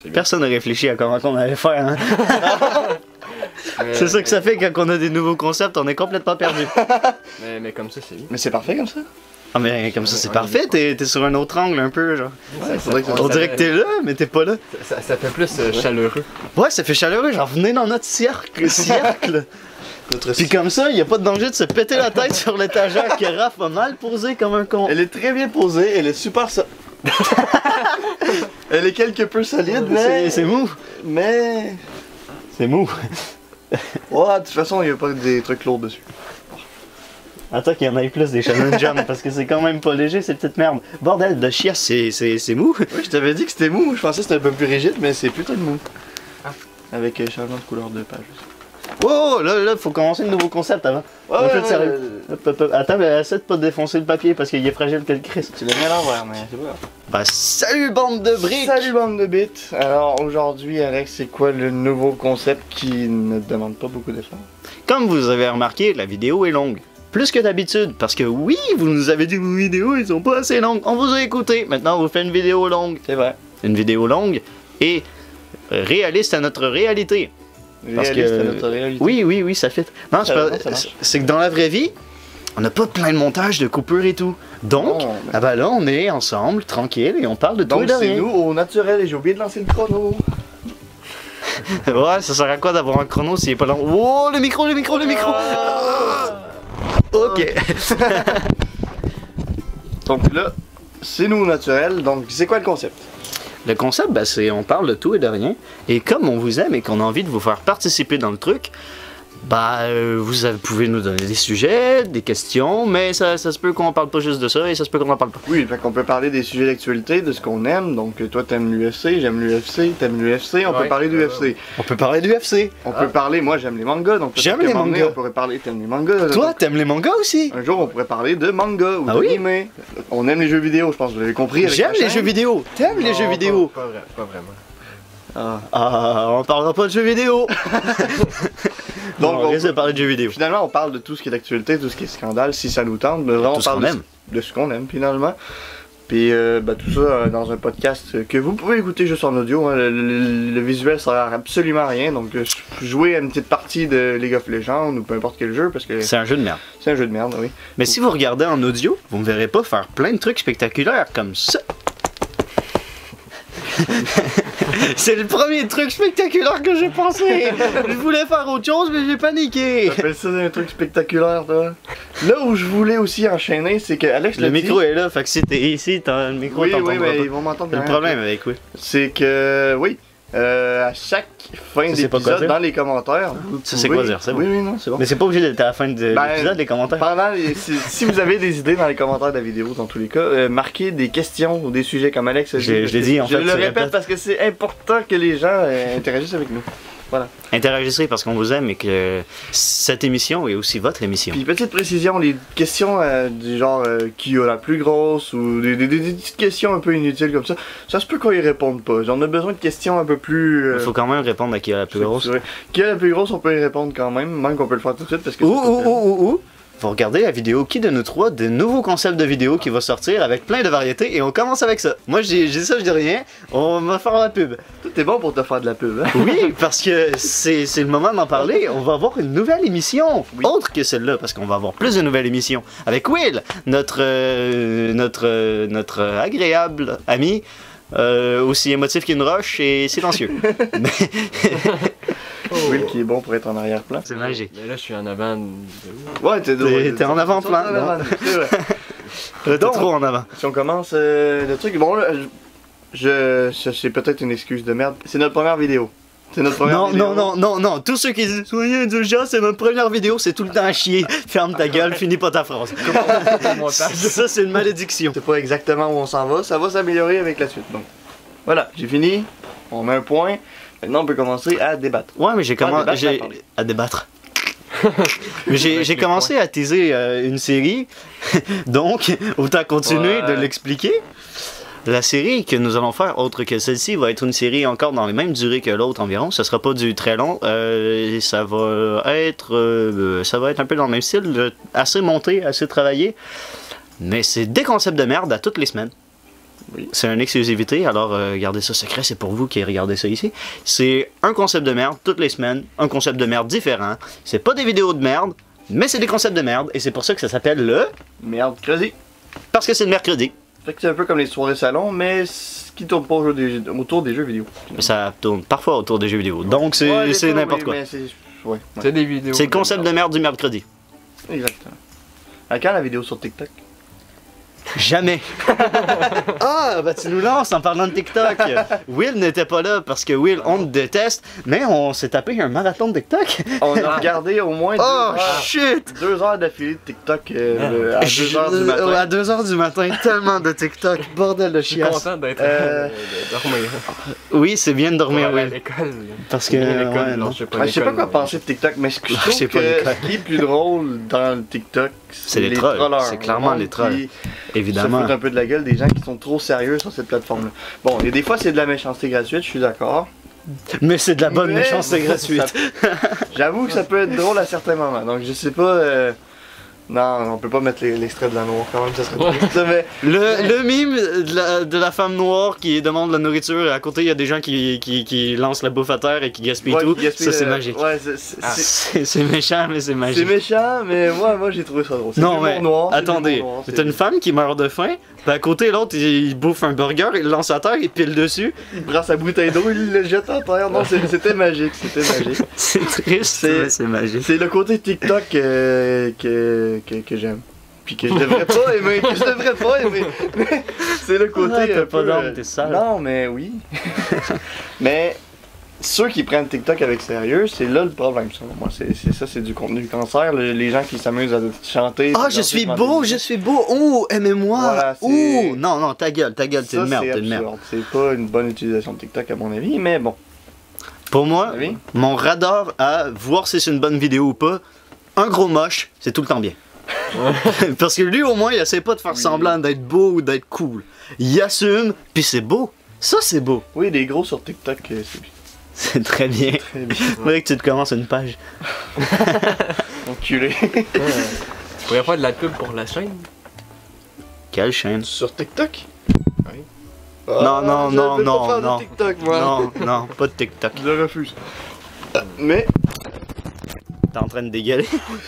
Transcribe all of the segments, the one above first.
Personne n'a réfléchi à comment on allait faire, hein? C'est ça que ça fait quand on a des nouveaux concepts, on est complètement perdu. Mais comme ça, c'est bien. Mais c'est parfait comme ça. Ah mais comme ça c'est parfait, t'es sur un autre angle un peu genre. Ouais, faudrait que On dirait que t'es là, mais t'es pas là. Ça fait plus chaleureux. Ouais, ça fait chaleureux, genre venez dans notre cercle. Puis comme ça, il y a pas de danger de se péter la tête sur l'étagère que Raph a mal posé comme un con. Elle est très bien posée, elle est super elle est quelque peu solide, mais... C'est mou. Mais... C'est mou. Ouais, de toute façon, il n'y a pas des trucs lourds dessus. Attends qu'il y en ait plus des Challenge Jam parce que c'est quand même pas léger cette petite merde. Bordel de chiasse, c'est mou. Oui, je t'avais dit que c'était mou, je pensais que c'était un peu plus rigide, mais c'est plutôt de mou. Avec changement de couleur de page aussi. Oh, là, faut commencer le nouveau concept avant. Un peu de sérieux. Attends, mais essaie de pas défoncer le papier parce qu'il est fragile que le Christ. Tu l'as mis à l'envers, mais c'est pas grave. Bah, salut bande de briques! Salut bande de bits! Alors aujourd'hui, Alex, c'est quoi le nouveau concept qui ne demande pas beaucoup d'efforts? Comme vous avez remarqué, la vidéo est longue. Plus que d'habitude, parce que oui, vous nous avez dit que vos vidéos, ils sont pas assez longues. On vous a écouté, maintenant on vous fait une vidéo longue. C'est vrai. Une vidéo longue et réaliste à notre réalité. Parce Réaliste que... à notre réalité. Oui, ça fait. Non, Ça marche. c'est que dans la vraie vie, on n'a pas plein de montage, de coupures et tout. Donc, Non, mais- ah bah là, on est ensemble, tranquille, et on parle de tout et Donc de c'est rien. nous au naturel et j'ai oublié de lancer le chrono. Ouais, ça sert à quoi d'avoir un chrono s'il est pas long? Oh, le micro! Ok. Donc là, c'est nous au naturel, donc c'est quoi le concept? Le concept, ben, c'est on parle de tout et de rien. Et comme on vous aime et qu'on a envie de vous faire participer dans le truc, pouvez nous donner des sujets, des questions, mais ça se peut qu'on parle pas juste de ça et ça se peut qu'on en parle pas. Oui, fait qu'on peut parler des sujets d'actualité, de ce qu'on aime. Donc toi t'aimes l'UFC, j'aime l'UFC, t'aimes l'UFC, on peut parler d'UFC. On peut parler du UFC. On peut parler, moi j'aime les mangas, donc J'aime peut-être les qu'à un moment donné, mangas. on pourrait parler, t'aimes les mangas. Toi, donc, t'aimes les mangas aussi? un jour on pourrait parler de manga ou d'anime. On aime les jeux vidéo, je pense que vous l'avez compris. avec J'aime la les chaîne. jeux vidéo. T'aimes les jeux vidéo? Pas vraiment. Ah. On parlera pas de jeux vidéo. Donc, Donc on risque de parler de jeux vidéo. Finalement, on parle de tout ce qui est d'actualité, tout ce qui est scandale, si ça nous tente. Mais vraiment, Tout on ce parle qu'on aime. de ce qu'on aime finalement. Puis tout ça dans un podcast que vous pouvez écouter juste en audio. Hein. Le visuel sert à absolument rien. Donc jouez à une petite partie de League of Legends ou peu importe quel jeu parce que C'est un jeu de merde. c'est un jeu de merde, oui. Mais si vous regardez en audio, vous me verrez pas faire plein de trucs spectaculaires comme ça. C'est le premier truc spectaculaire que j'ai pensé. Je voulais faire autre chose, mais j'ai paniqué. T'appelles ça un truc spectaculaire, toi? Là où je voulais aussi enchaîner, c'est que Alex Le l'a dit. micro est là, fait que si t'es ici, t'as le micro, Oui, t'entendras oui, mais pas. ils vont m'entendre. Le derrière. problème avec oui. C'est que, oui, à chaque fin Ça, c'est pas quoi d'épisode, dire? dans les commentaires, vous Ça, c'est pouvez- quoi dire, c'est bon. Oui, oui, non, c'est bon. Mais c'est pas obligé d'être à la fin de Ben, l'épisode, les commentaires. Si vous avez des idées dans les commentaires de la vidéo, dans tous les cas, marquez des questions ou des sujets comme Alex a dit. Je l'ai dit, en Je fait, le tu répète répètes. parce que c'est important que les gens interagissent avec nous. Voilà. Interagissez parce qu'on vous aime et que cette émission est aussi votre émission. Puis petite précision, les questions du genre qui a la plus grosse ou des petites questions un peu inutiles comme ça se peut qu'on y réponde pas. On a besoin de questions un peu plus... Il faut quand même répondre à qui a la plus grosse. Qui a la plus grosse, on peut y répondre quand même qu'on peut le faire tout de suite parce que... Ouh. Vous regardez la vidéo Qui de nous trois, des nouveaux concepts de vidéo qui va sortir avec plein de variétés et on commence avec ça. Moi j'ai ça, je dis rien, on va faire la pub. Tout est bon pour te faire de la pub, hein? Oui, parce que c'est le moment d'en parler. On va avoir une nouvelle émission, Oui. autre que celle-là, parce qu'on va avoir plus de nouvelles émissions. Avec Will, notre agréable ami, aussi émotif qu'une roche et silencieux. Will qui est bon pour être en arrière-plan. C'est magique. Mais là, je suis en avant de... Ouais, T'es en avant-plan, en avant, non? c'est vrai. Là, t'es Donc, trop en avant. Si on commence le truc, bon là, c'est peut-être une excuse de merde. C'est notre première vidéo. C'est notre première vidéo. Non, tous ceux qui disent soyez indulgents, c'est notre première vidéo, c'est tout le temps à chier. Ferme ta gueule, finis pas ta phrase. Ça, c'est une malédiction. C'est pas exactement où on s'en va, ça va s'améliorer avec la suite. Donc voilà, j'ai fini, on met un point. Maintenant on peut commencer à débattre. Ouais, mais j'ai commencé à débattre. Mais j'ai commencé à teaser une série, donc autant continuer de l'expliquer. La série que nous allons faire, autre que celle-ci, va être une série encore dans les mêmes durées que l'autre environ. Ça sera pas du très long. Ça va être un peu dans le même style, assez monté, assez travaillé. Mais c'est des concepts de merde à toutes les semaines. Oui. C'est une exclusivité, alors gardez ça secret, c'est pour vous qui regardez ça ici. C'est un concept de merde toutes les semaines, un concept de merde différent. C'est pas des vidéos de merde, mais c'est des concepts de merde, et c'est pour ça que ça s'appelle le... Merde, creuset. Parce que c'est le mercredi. Fait que c'est un peu comme les soirées salon, mais qui tourne pas autour des jeux vidéo. Ça tourne parfois autour des jeux vidéo, donc c'est Ouais, des fois, n'importe oui, quoi. mais ouais. C'est des vidéos. C'est le concept de merde du mercredi. Exactement. À quand la vidéo sur TikTok? Jamais. Ah, bah tu nous lances en parlant de TikTok. Will n'était pas là parce que Will, on te déteste, mais on s'est tapé un marathon de TikTok. On a regardé au moins Oh shit! 2 heures d'affilée de TikTok à 2 heures du matin. À 2 heures du matin, tellement de TikTok, bordel de Je suis chiasse. content d'être de dormir. Oui, c'est bien de dormir, Pour aller à Will. l'école. Parce que, Bien à l'école, ouais, non, non. je sais pas. Ouais, je sais pas l'école, quoi mais- penser de TikTok, mais je trouve c'est pas que l'école. ce qui est plus drôle dans le TikTok, C'est les trolls. trolleurs. C'est clairement Le les trolls. qui Évidemment. se foutent un peu de la gueule des gens qui sont trop sérieux sur cette plateforme-là. Bon, et des fois c'est de la méchanceté gratuite, je suis d'accord. Mais c'est de la bonne Mais méchanceté gratuite. J'avoue que ça peut être drôle à certains moments, donc je sais pas. Non, on peut pas mettre l'extrait de la noire quand même, ça serait triste, mais Le mime de la femme noire qui demande la nourriture et à côté il y a des gens qui lancent la bouffe à terre et qui gaspillent ouais, tout. qui gaspille, Ça c'est magique. Ouais, C'est méchant mais c'est c'est magique. méchant, mais moi j'ai trouvé ça drôle. C'est Non de mais l'humour noir, c'est de attendez, l'humour noir, t'as une femme qui meurt de faim, puis à côté l'autre il bouffe un burger, il le lance à terre, il pile dessus. Il prend sa bouteille d'eau, il le jette à terre. Non, c'était magique, c'était magique. C'est triste, mais c'est magique. C'est le côté TikTok que j'aime. Puis que je devrais pas aimer, mais c'est le côté. Ah, t'as un pas peu, d'âme, t'es sale. Non, mais oui. Mais ceux qui prennent TikTok avec sérieux, c'est là le problème, selon moi. C'est du contenu cancer. Les gens qui s'amusent à chanter. Ah, puis je danser suis devant beau, des- je suis beau. Oh, aimez-moi. Voilà, c'est- Oh, non, non, ta gueule, t'es Ça, une merde, c'est t'es une merde. absurde. C'est pas une bonne utilisation de TikTok à mon avis, mais bon. Pour moi, Oui. mon radar à voir si c'est une bonne vidéo ou pas, un gros moche, c'est tout le temps bien. Parce que lui, au moins, il essaie pas de faire Oui. semblant d'être beau ou d'être cool. Il assume, puis c'est beau. Ça, c'est beau. Oui, des gros sur TikTok, c'est C'est très bien. très bien. Faudrait que tu te commences une page. Enculé. Ouais. Tu pourrais faire de la pub pour la chaîne. Quelle chaîne? Sur TikTok? Oui. Non, non, je non, veux pas non, faire de non. TikTok, moi. Non, non, pas de TikTok. Je le refuse. Mais T'es en train de dégueuler?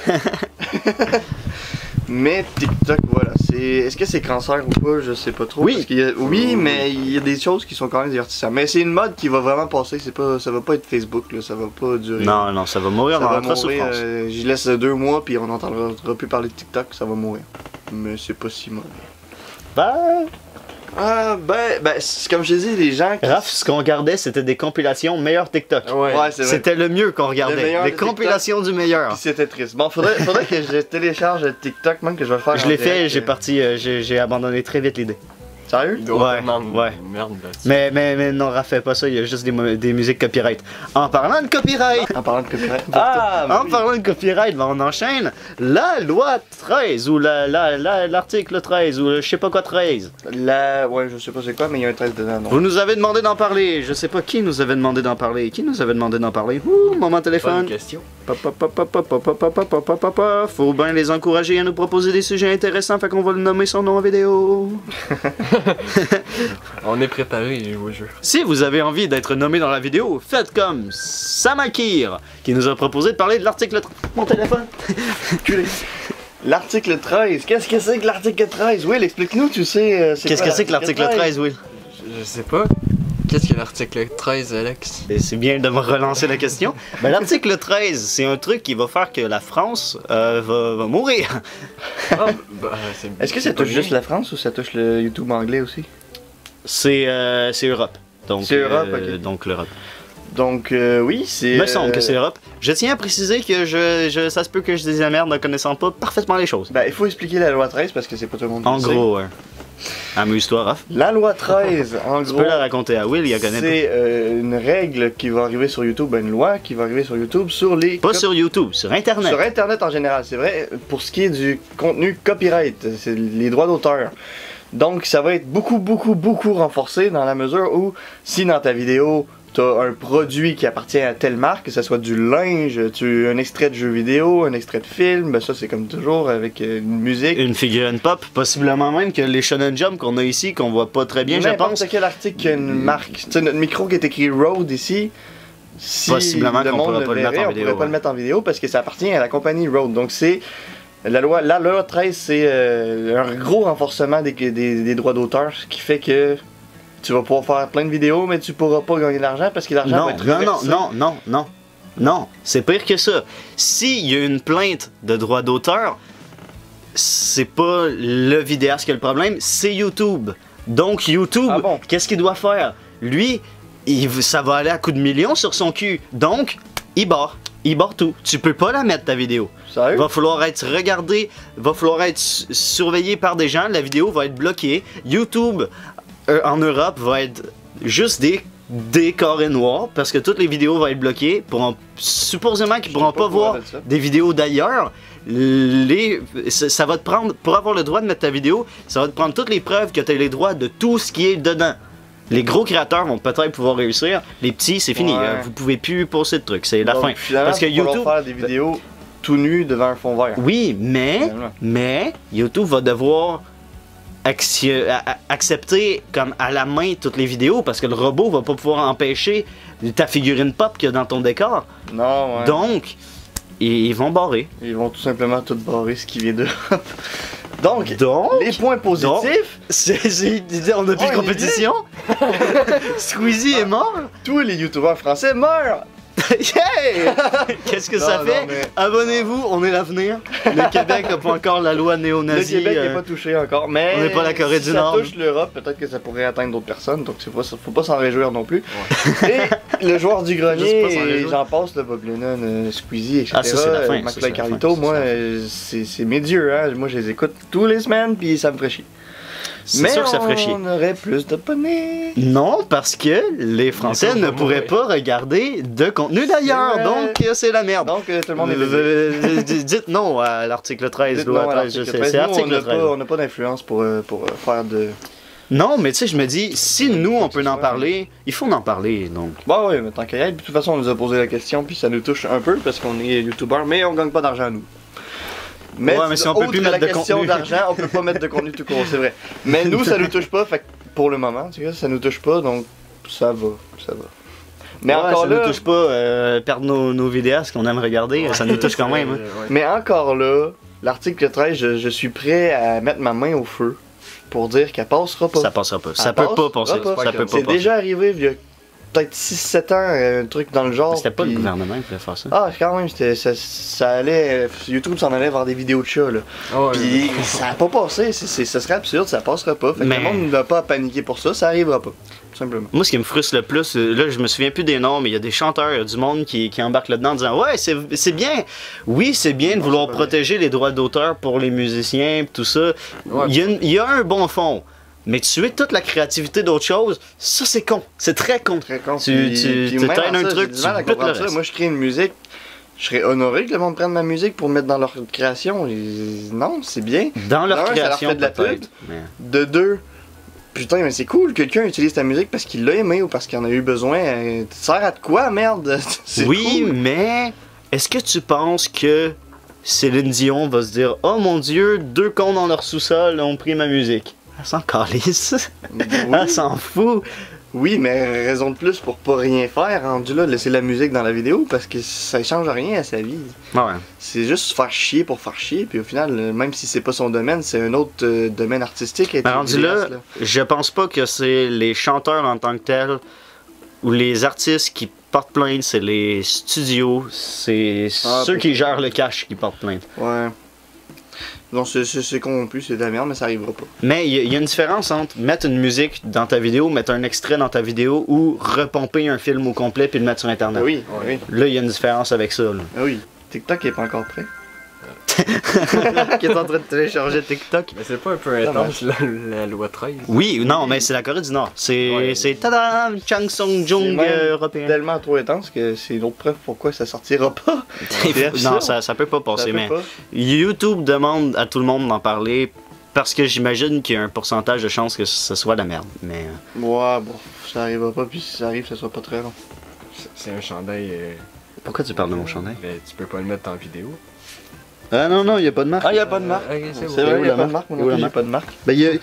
TikTok, voilà. Est-ce que c'est cancer ou pas? Je sais pas trop. Oui. Parce qu'il y a- oui, mais il y a des choses qui sont quand même divertissantes. Mais c'est une mode qui va vraiment passer. Ça va pas être Facebook, là. Ça va pas durer. Non, non, ça va mourir ça dans va la mourir. souffrance. J'y laisse 2 mois, puis on n'entendra plus parler de TikTok. Ça va mourir. Mais c'est pas si mauvais. Ben, Ah, c'est comme je dis, les gens qui. Raph, ce qu'on regardait, c'était des compilations meilleurs TikTok. Ouais, c'est vrai. C'était le mieux qu'on Le regardait. meilleur Les de TikTok. compilations du meilleur. Puis c'était triste. Bon, faudrait que je télécharge TikTok, même que je vais le faire. Je en l'ai fait, direct, j'ai abandonné très vite l'idée. Sérieux? Il doit y avoir Ouais, tellement de ouais. merde là-dessus. Mais non, Raph, fais pas ça, il y a juste des musiques copyright. En parlant de copyright, En parlant de copyright. en parlant de copyright, ben on enchaîne la loi 13 ou l'article 13 ou le je sais pas quoi 13. Ouais, je sais pas c'est quoi, mais il y a un 13 dedans, non? Vous nous avez demandé d'en parler, je sais pas qui nous avait demandé d'en parler. Qui nous avait demandé d'en parler? Ouh, moment Bonne téléphone. question. Faut bien les encourager à nous proposer des sujets intéressants, fait qu'on va le nommer son nom en vidéo. On est préparé, je vous jure. Si vous avez envie d'être nommé dans la vidéo, faites comme Samakir, qui nous a proposé de parler de l'article... Mon téléphone. Culé. L'article 13. Qu'est-ce que c'est que l'article 13? Will, explique-nous, tu sais. Qu'est-ce que c'est que l'article 13, Will? Je sais pas. Qu'est-ce que l'article 13, Alex? Et c'est bien de me relancer la question. Ben, l'article 13, c'est un truc qui va faire que la France va mourir. Ah, bah, c'est- Est-ce que c'est ça pas touche bien. juste la France ou ça touche le YouTube anglais aussi? C'est Europe. Donc, C'est Europe, ok. Donc l'Europe. Donc, oui, c'est. Il me semble que c'est Europe. Je tiens à préciser que ça se peut que je dise la merde ne connaissant pas parfaitement les choses. Ben, il faut expliquer la loi 13 parce que c'est pas tout le monde qui En le sait. gros, amuse-toi, Raph. La loi 13, en Tu gros. peux la raconter à Will, il la connaît pas. C'est une règle qui va arriver sur YouTube, ben, une loi qui va arriver sur YouTube sur les. Pas sur YouTube, sur Internet. Sur Internet en général, c'est vrai, pour ce qui est du contenu copyright, c'est les droits d'auteur. Donc, ça va être beaucoup renforcé dans la mesure où, si dans ta vidéo, t'as un produit qui appartient à telle marque, que ce soit du linge, un extrait de jeu vidéo, un extrait de film, ben ça c'est comme toujours avec une musique. Une figurine pop, possiblement même que les Shonen Jump qu'on a ici, qu'on voit pas très bien, je pense. N'importe quel article qui a une marque. Tu sais, notre micro qui est écrit Rode ici, si possiblement le qu'on monde pourra pas le mettre en on vidéo. pourrait pas le mettre en vidéo parce que ça appartient à la compagnie Rode. Donc c'est la loi 13, c'est un gros renforcement des droits d'auteur, ce qui fait que tu vas pouvoir faire plein de vidéos, mais tu pourras pas gagner de l'argent parce que l'argent va être reversé. Non, c'est pire que ça. S'il y a une plainte de droit d'auteur, c'est pas le vidéaste qui a le problème, c'est YouTube. Donc YouTube, qu'est-ce qu'il doit faire? Lui, ça va aller à coups de millions sur son cul. Donc, il barre tout. Tu peux pas la mettre ta vidéo. Sérieux? Va falloir être regardé, va falloir être surveillé par des gens, la vidéo va être bloquée. YouTube en Europe va être juste des carrés noirs parce que toutes les vidéos vont être bloquées. Supposément qu'ils pourront pas voir des vidéos d'ailleurs. Ça va te prendre, pour avoir le droit de mettre ta vidéo, ça va te prendre toutes les preuves que tu as les droits de tout ce qui est dedans. Les gros créateurs vont peut-être pouvoir réussir, les petits c'est fini, vous pouvez plus poster de trucs, c'est la fin. Parce que YouTube faire des vidéos tout nus devant un fond vert. Oui, mais YouTube va devoir accepter comme à la main toutes les vidéos parce que le robot va pas pouvoir empêcher ta figurine pop qu'il y a dans ton décor. Non, ouais. Donc, ils vont barrer. Ils vont tout simplement tout barrer ce qui vient d'Europe. Donc, les points positifs, on n'a plus de compétition. Squeezie est mort. Tous les youtubeurs français meurent. Yeah! Qu'est-ce que ça fait? Mais... Abonnez-vous, on est l'avenir. Le Québec n'a pas encore la loi néo-nazie. Le Québec n'est pas touché encore, mais on n'est pas la Corée du Nord. Si ça touche l'Europe, peut-être que ça pourrait atteindre d'autres personnes, donc faut pas s'en réjouir non plus. Ouais. Et le joueur du grenier, j'en passe, Bob Lennon, Squeezie, etc. Ah, ça c'est la fin. McFly et Carlito, moi, c'est mes dieux, hein. Moi je les écoute tous les semaines, puis ça me ferait chier. C'est sûr que ça ferait chier. On aurait plus d'abonnés. Non, parce que les Français ne pourraient pas regarder de contenu d'ailleurs, donc c'est la merde. Donc tout le monde est dites non à l'article 13, loi 13, je sais, c'est l'article 13. On n'a pas d'influence pour faire de... Non, mais tu sais, je me dis, si nous on peut en parler, il faut en parler, donc. Bah oui, mais tant qu'à y être, de toute façon on nous a posé la question, puis ça nous touche un peu, parce qu'on est youtubeurs, mais on gagne pas d'argent nous. Mais, ouais, mais si on peut plus mettre de contenu d'argent, on peut pas mettre de contenu tout court, c'est vrai. Mais nous, ça nous touche pas, fait que pour le moment, tu vois, ça nous touche pas, donc ça va. Mais encore ça là, nous touche pas, perdre nos vidéastes qu'on aime regarder, ça nous touche quand même. Hein. Mais encore là, l'article 13, je suis prêt à mettre ma main au feu pour dire qu'elle passera pas. Ça passera pas. Ça peut pas passer. C'est déjà arrivé il y a peut-être 6-7 ans, un truc dans le genre. C'était pas le gouvernement qui voulait faire ça. Ah, quand même, ça allait. YouTube s'en allait vers des vidéos de chats, là. Oh, puis ça a pas passé. Ça serait absurde, ça passera pas. Fait que le monde n'a pas à paniquer pour ça, ça arrivera pas. Tout simplement. Moi, ce qui me frustre le plus, là, je me souviens plus des noms, mais il y a des chanteurs, il y a du monde qui embarque là-dedans en disant ouais, c'est bien. Oui, c'est bien de vouloir protéger les droits d'auteur pour les musiciens, tout ça. Ouais. Il y a un bon fond. Mais tuer toute la créativité d'autre chose, ça c'est con. C'est très con. Très con. Tu traînes un truc, tu butes le reste. Moi je crée une musique, je serais honoré que le monde prenne ma musique pour mettre dans leur création. Non, c'est bien. Dans leur création, ça leur fait de la pub. Mais... De deux, putain, mais c'est cool, quelqu'un utilise ta musique parce qu'il l'a aimé ou parce qu'il en a eu besoin. Ça sert à de quoi, merde? Oui, cool. Mais est-ce que tu penses que Céline Dion va se dire oh mon Dieu, 2 cons dans leur sous-sol ont pris ma musique? Elle s'en calisse. Oui. Elle s'en fout. Oui, mais raison de plus pour pas rien faire, rendu là, de laisser la musique dans la vidéo, parce que ça change rien à sa vie. Ouais. C'est juste se faire chier pour faire chier, puis au final, même si c'est pas son domaine, c'est un autre domaine artistique. Rendu là, je pense pas que c'est les chanteurs en tant que tels, ou les artistes qui portent plainte, c'est les studios, c'est ceux qui gèrent le cash qui portent plainte. Ouais. Non, c'est corrompu, c'est de la merde, mais ça arrivera pas. Mais il y a une différence entre mettre une musique dans ta vidéo, mettre un extrait dans ta vidéo ou repomper un film au complet puis le mettre sur Internet. Oui. Là, il y a une différence avec ça. Là. Oui. TikTok est pas encore prêt. Qui est en train de télécharger TikTok. Mais c'est pas un peu intense la loi 13? Oui, non, mais c'est la Corée du Nord. C'est tadam, Chang Song Jung européen. C'est tellement trop intense que c'est une autre preuve pourquoi ça sortira pas. Non, ça peut pas passer, mais YouTube demande à tout le monde d'en parler parce que j'imagine qu'il y a un pourcentage de chances que ce soit de la merde. Mais Ouais, bon, ça arrivera pas, puis si ça arrive, ça sera pas très long. C'est un chandail. pourquoi tu parles de mon chandail? Mais tu peux pas le mettre en vidéo. Ah non, non, il n'y a pas de marque. Ah, y'a pas de marque. Ok, c'est C'est bon. vrai, où y'a la pas de marque? marque, mon Où la ami, j'ai marque? pas de marque. Ben, il y a...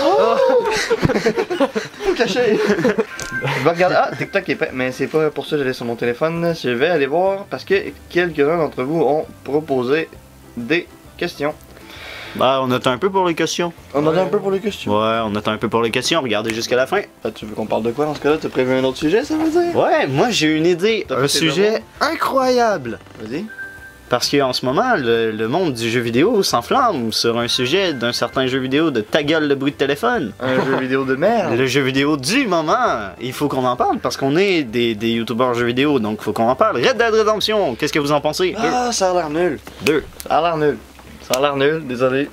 Faut cacher! Je vais regarder. Ah, TikTok est prêt, mais c'est pas pour ça que j'allais sur mon téléphone. Je vais aller voir parce que quelques-uns d'entre vous ont proposé des questions. Bah, on attend un peu pour les questions. On en a un peu pour les questions. Ouais, on attend un peu pour les questions. Regardez jusqu'à la fin. Ah, tu veux qu'on parle de quoi dans ce cas-là? T'as prévu un autre sujet, ça veut dire? Ouais, moi j'ai une idée. T'as Un fait tes sujet incroyable. Vas-y. Parce qu'en ce moment, le monde du jeu vidéo s'enflamme sur un sujet d'un certain jeu vidéo de ta gueule le bruit de téléphone. Un jeu vidéo de merde. Le jeu vidéo du moment. Il faut qu'on en parle parce qu'on est des youtubeurs jeux vidéo, donc il faut qu'on en parle. Red Dead Redemption, qu'est-ce que vous en pensez? Ah, ça a l'air nul. Deux. Ça a l'air nul. Ça a l'air nul, désolé.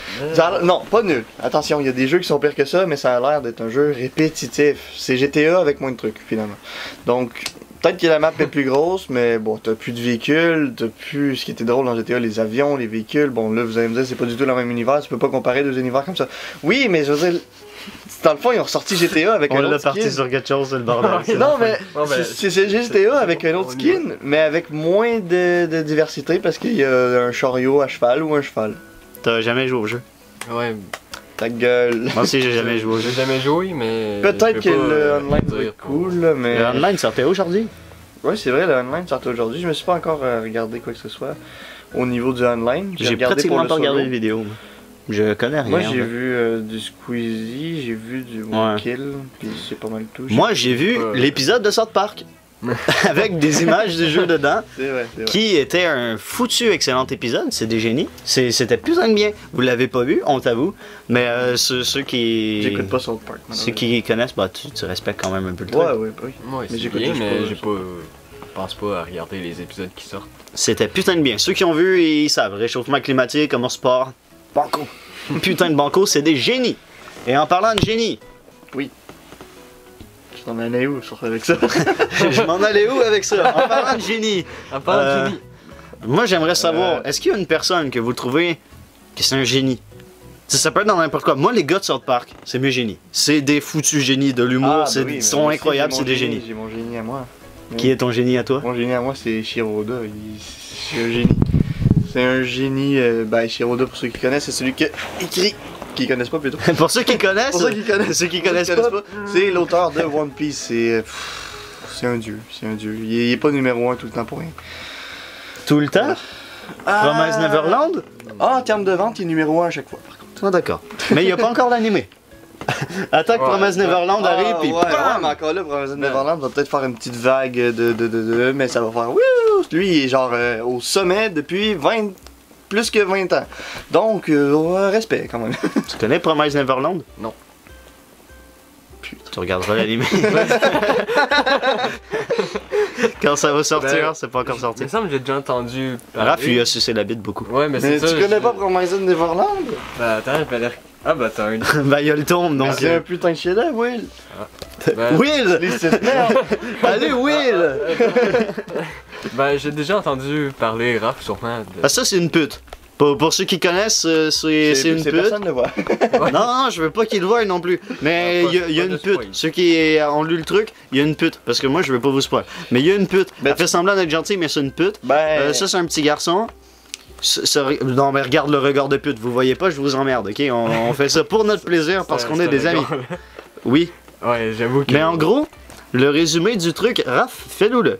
Non, pas nul. Attention, il y a des jeux qui sont pires que ça, mais ça a l'air d'être un jeu répétitif. C'est GTA avec moins de trucs, finalement. Donc, peut-être que la map est plus grosse, mais bon, t'as plus de véhicules, t'as plus... Ce qui était drôle dans GTA, les avions, les véhicules. Bon, là, vous allez me dire, c'est pas du tout le même univers, tu peux pas comparer deux univers comme ça. Oui, mais je veux dire... Dans le fond, ils ont ressorti GTA avec On un l'a autre parti skin. sur quelque chose, c'est le bordel. Non, mais Non, mais- c'est GTA avec un autre On y va. skin, mais avec moins de diversité parce qu'il y a un chariot à cheval ou un cheval. T'as jamais joué au jeu? Ouais, Ta gueule. Moi aussi, j'ai jamais joué au jeu. j'ai jamais joué, mais. Peut-être je que peux pas, le online dire va être pour- cool, là, mais. Le online sortait aujourd'hui? Ouais, c'est vrai, le online sortait aujourd'hui. Je me suis pas encore regardé quoi que ce soit au niveau du online. J'ai regardé pratiquement le pas regardé les solo. vidéos. moi. Je connais rien. Moi, en j'ai fait. vu du Squeezie, j'ai vu du Ouais. Kill, puis c'est pas mal tout. Moi, j'ai vu l'épisode de South Park avec des images du jeu dedans, C'est vrai, c'est vrai. qui était un foutu excellent épisode. C'est des génies. C'était putain de bien. Vous l'avez pas vu, on t'avoue. Mais ceux qui J'écoute pas South Park. ceux qui connaissent, bah tu respectes quand même un peu le truc. Ouais, ouais, oui. Ouais, Mais c'est j'écoute bien, juste mais pas, j'ai ça. pas. Je pense pas à regarder les épisodes qui sortent. C'était putain de bien. Ceux qui ont vu, ils savent. Réchauffement climatique, comme sport. Banco. Putain de banco, c'est des génies. Et en parlant de génie, Tu t'en allais où avec ça? je m'en allais où avec ça? En parlant de génie, À part Euh, Jimmy. moi j'aimerais savoir, est-ce qu'il y a une personne que vous trouvez que c'est un génie? Ça peut être dans n'importe quoi. Moi, les gars de South Park, c'est mes génies. C'est des foutus génies de l'humour, ils sont incroyables, c'est des génies. J'ai mon génie à moi. Qui est ton génie à toi? Mon génie à moi, c'est Shiroda. C'est un génie. C'est un génie. Shiroda, pour ceux qui connaissent, c'est celui qui écrit. Qui connaissent pas plutôt. Pour ceux qui connaissent, Pour ceux qui connaissent, ceux qui connaissent pas, c'est l'auteur de One Piece. C'est un dieu. C'est un dieu. Il est pas numéro 1 tout le temps pour rien. tout le temps, Promise Neverland? Ah, en termes de vente, il est numéro 1 à chaque fois. Par contre. Ah, d'accord. Mais il n'y a pas encore l'animé. Attaque Ouais. Promise Neverland arrive, puis ouais, bam! mais encore là, Promise Neverland va peut-être faire une petite vague de mais ça va faire wouh! Lui, il est genre au sommet depuis plus que 20 ans. Donc, respect quand même. Tu connais Promise Neverland? Non. Putain. Tu regarderas l'animé. Quand ça va sortir, Ben, c'est pas encore Il sorti. me semble que j'ai déjà entendu. parler. Raph, lui a sucé la bite beaucoup. Ouais, mais Mais c'est ça. tu connais pas Promise Neverland? Bah attends, je vais aller. Ah bah t'as un. Ben, il y a le tombe, donc. C'est un putain de chef-d'œuvre, Will! Ben, Will! Les cette merde! Allez, Will! ben j'ai déjà entendu parler Raph sûrement. Ah, ça, c'est une pute. Pour ceux qui connaissent, c'est une pute. Personne le voit. Non, je veux pas qu'ils le voient non plus. Mais Ah, pas- il y a pas de une pute. spoil. Ceux qui ont lu le truc, il y a une pute. Parce que moi, je veux pas vous spoil. Mais il y a une pute. Ben, Elle fait semblant d'être gentille, mais c'est une pute. Ben. Ça, c'est un petit garçon. Non, mais regarde le regard de pute. Vous voyez pas, je vous emmerde, ok? On fait ça pour notre plaisir parce qu'on est des amis. Oui. Ouais, j'avoue que. Mais en gros, le résumé du truc, Raph, fais-le.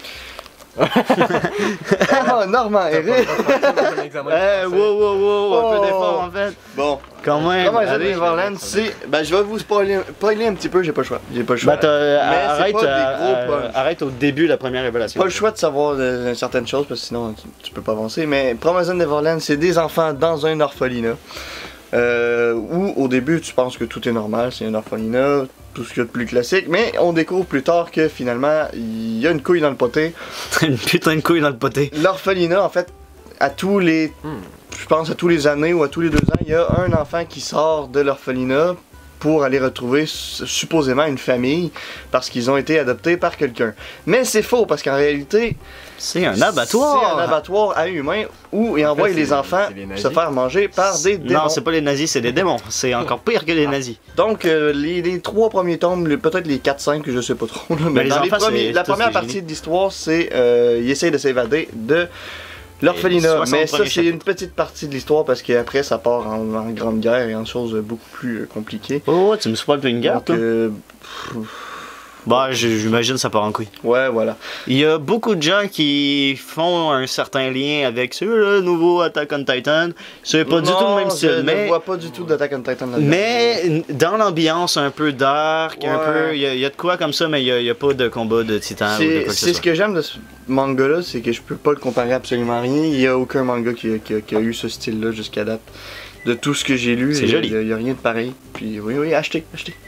Oh, Normand, Eric! Eh, wow, wow, wow, un peu Oh. d'effort en fait. Bon, Quand même. Promise allez. Neverland, c'est. Ben, je vais vous spoiler un petit peu, j'ai pas le choix. J'ai pas le choix. Bah, arrête, pas des gros punchs. arrête au début la première révélation. Pas le choix de savoir certaines choses parce que sinon tu peux pas avancer. Mais Promise Neverland, c'est des enfants dans un orphelinat. Où au début tu penses que tout est normal, c'est un orphelinat, tout ce qu'il y a de plus classique. Mais on découvre plus tard que finalement il y a une couille dans le poté. Une putain de couille dans le poté. L'orphelinat, en fait, à tous les. Je pense à tous les années ou à tous les 2 ans, il y a un enfant qui sort de l'orphelinat pour aller retrouver supposément une famille parce qu'ils ont été adoptés par quelqu'un. Mais c'est faux parce qu'en réalité, c'est un abattoir. C'est un abattoir à humains où ils envoient les enfants se faire manger par des démons. Non, c'est pas les nazis, c'est des démons. C'est encore pire que les nazis. Donc, les 3 premiers tomes, peut-être les 4-5, je sais pas trop. Là, mais dans la première partie de l'histoire, c'est ils essayent de s'évader de l'orphelinat. Mais ça, c'est une petite partie de l'histoire parce qu'après, ça part en grande guerre et en choses beaucoup plus compliquées. Oh, tu me spoil une guerre, toi? Bah, j'imagine ça part en couille. Ouais, voilà. Il y a beaucoup de gens qui font un certain lien avec le nouveau Attack on Titan. C'est pas du tout le même style. Je ne vois pas du tout d'Attack on Titan là-dedans. Mais dans l'ambiance un peu dark, un peu, il y a de quoi comme ça, mais il n'y a pas de combat de titans ou de quoi que ce soit. C'est ce que j'aime de ce manga-là, c'est que je peux pas le comparer à absolument rien. Il n'y a aucun manga qui a eu ce style-là jusqu'à date. De tout ce que j'ai lu, il n'y a rien de pareil. Puis oui, achetez.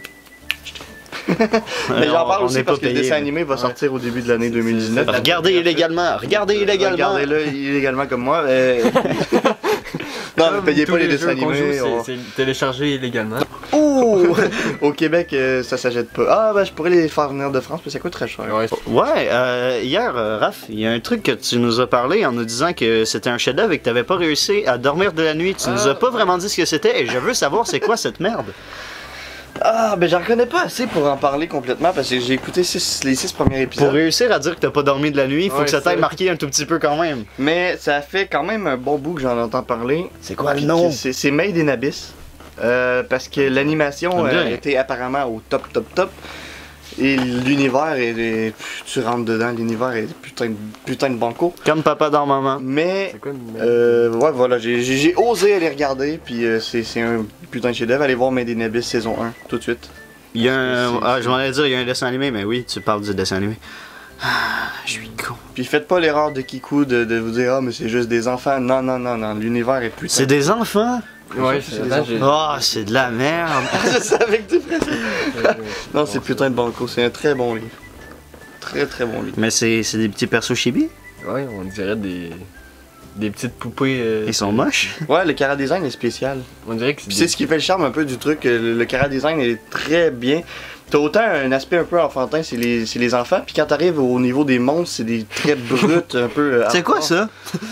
Mais j'en parle aussi parce que le dessin animé va sortir au début de l'année 2019. Regardez illégalement. Regardez-le illégalement comme moi. Non, ne payez pas les dessins animés. C'est téléchargé illégalement. Ouh! Au Québec, ça s'achète pas. Ah, ben je pourrais les faire venir de France, mais ça coûte très cher. Ouais, hier, Raph, il y a un truc que tu nous as parlé en nous disant que c'était un chef-d'œuvre et que tu n'avais pas réussi à dormir de la nuit. Tu nous as pas vraiment dit ce que c'était et je veux savoir c'est quoi cette merde. Ah, ben j'en connais pas assez pour en parler complètement parce que j'ai écouté les 6 premiers épisodes. Pour réussir à dire que t'as pas dormi de la nuit, il faut que ça t'aille marqué un tout petit peu quand même. Mais ça fait quand même un bon bout que j'en entends parler. C'est quoi le nom? C'est Made in Abyss. Parce que l'animation était apparemment au top. Et l'univers tu rentres dedans, l'univers est putain de banco. Comme papa dans maman. Mais, ouais, voilà, j'ai osé aller regarder, puis c'est un putain de chef-d'œuvre. Allez voir Made in Abyss saison 1, tout de suite. Il y a un. Je m'en allais dire, il y a un dessin animé, mais oui, tu parles du dessin animé. Ah, je suis con. Puis faites pas l'erreur de Kiku de vous dire, ah, mais c'est juste des enfants. Non, l'univers est putain. C'est des enfants? Ouais, c'est de la merde. Je savais que tu ferais ça. Non, c'est putain de banco, c'est un très bon livre. Très bon livre. Mais c'est des petits persos chibi? Ouais, on dirait des petites poupées. Ils sont moches? Ouais, le chara-design est spécial. On dirait que c'est ce qui fait le charme un peu du truc. Le chara-design est très bien. T'as autant un aspect un peu enfantin, c'est les enfants, puis quand t'arrives au niveau des monstres, c'est des traits bruts un peu. C'est quoi ça?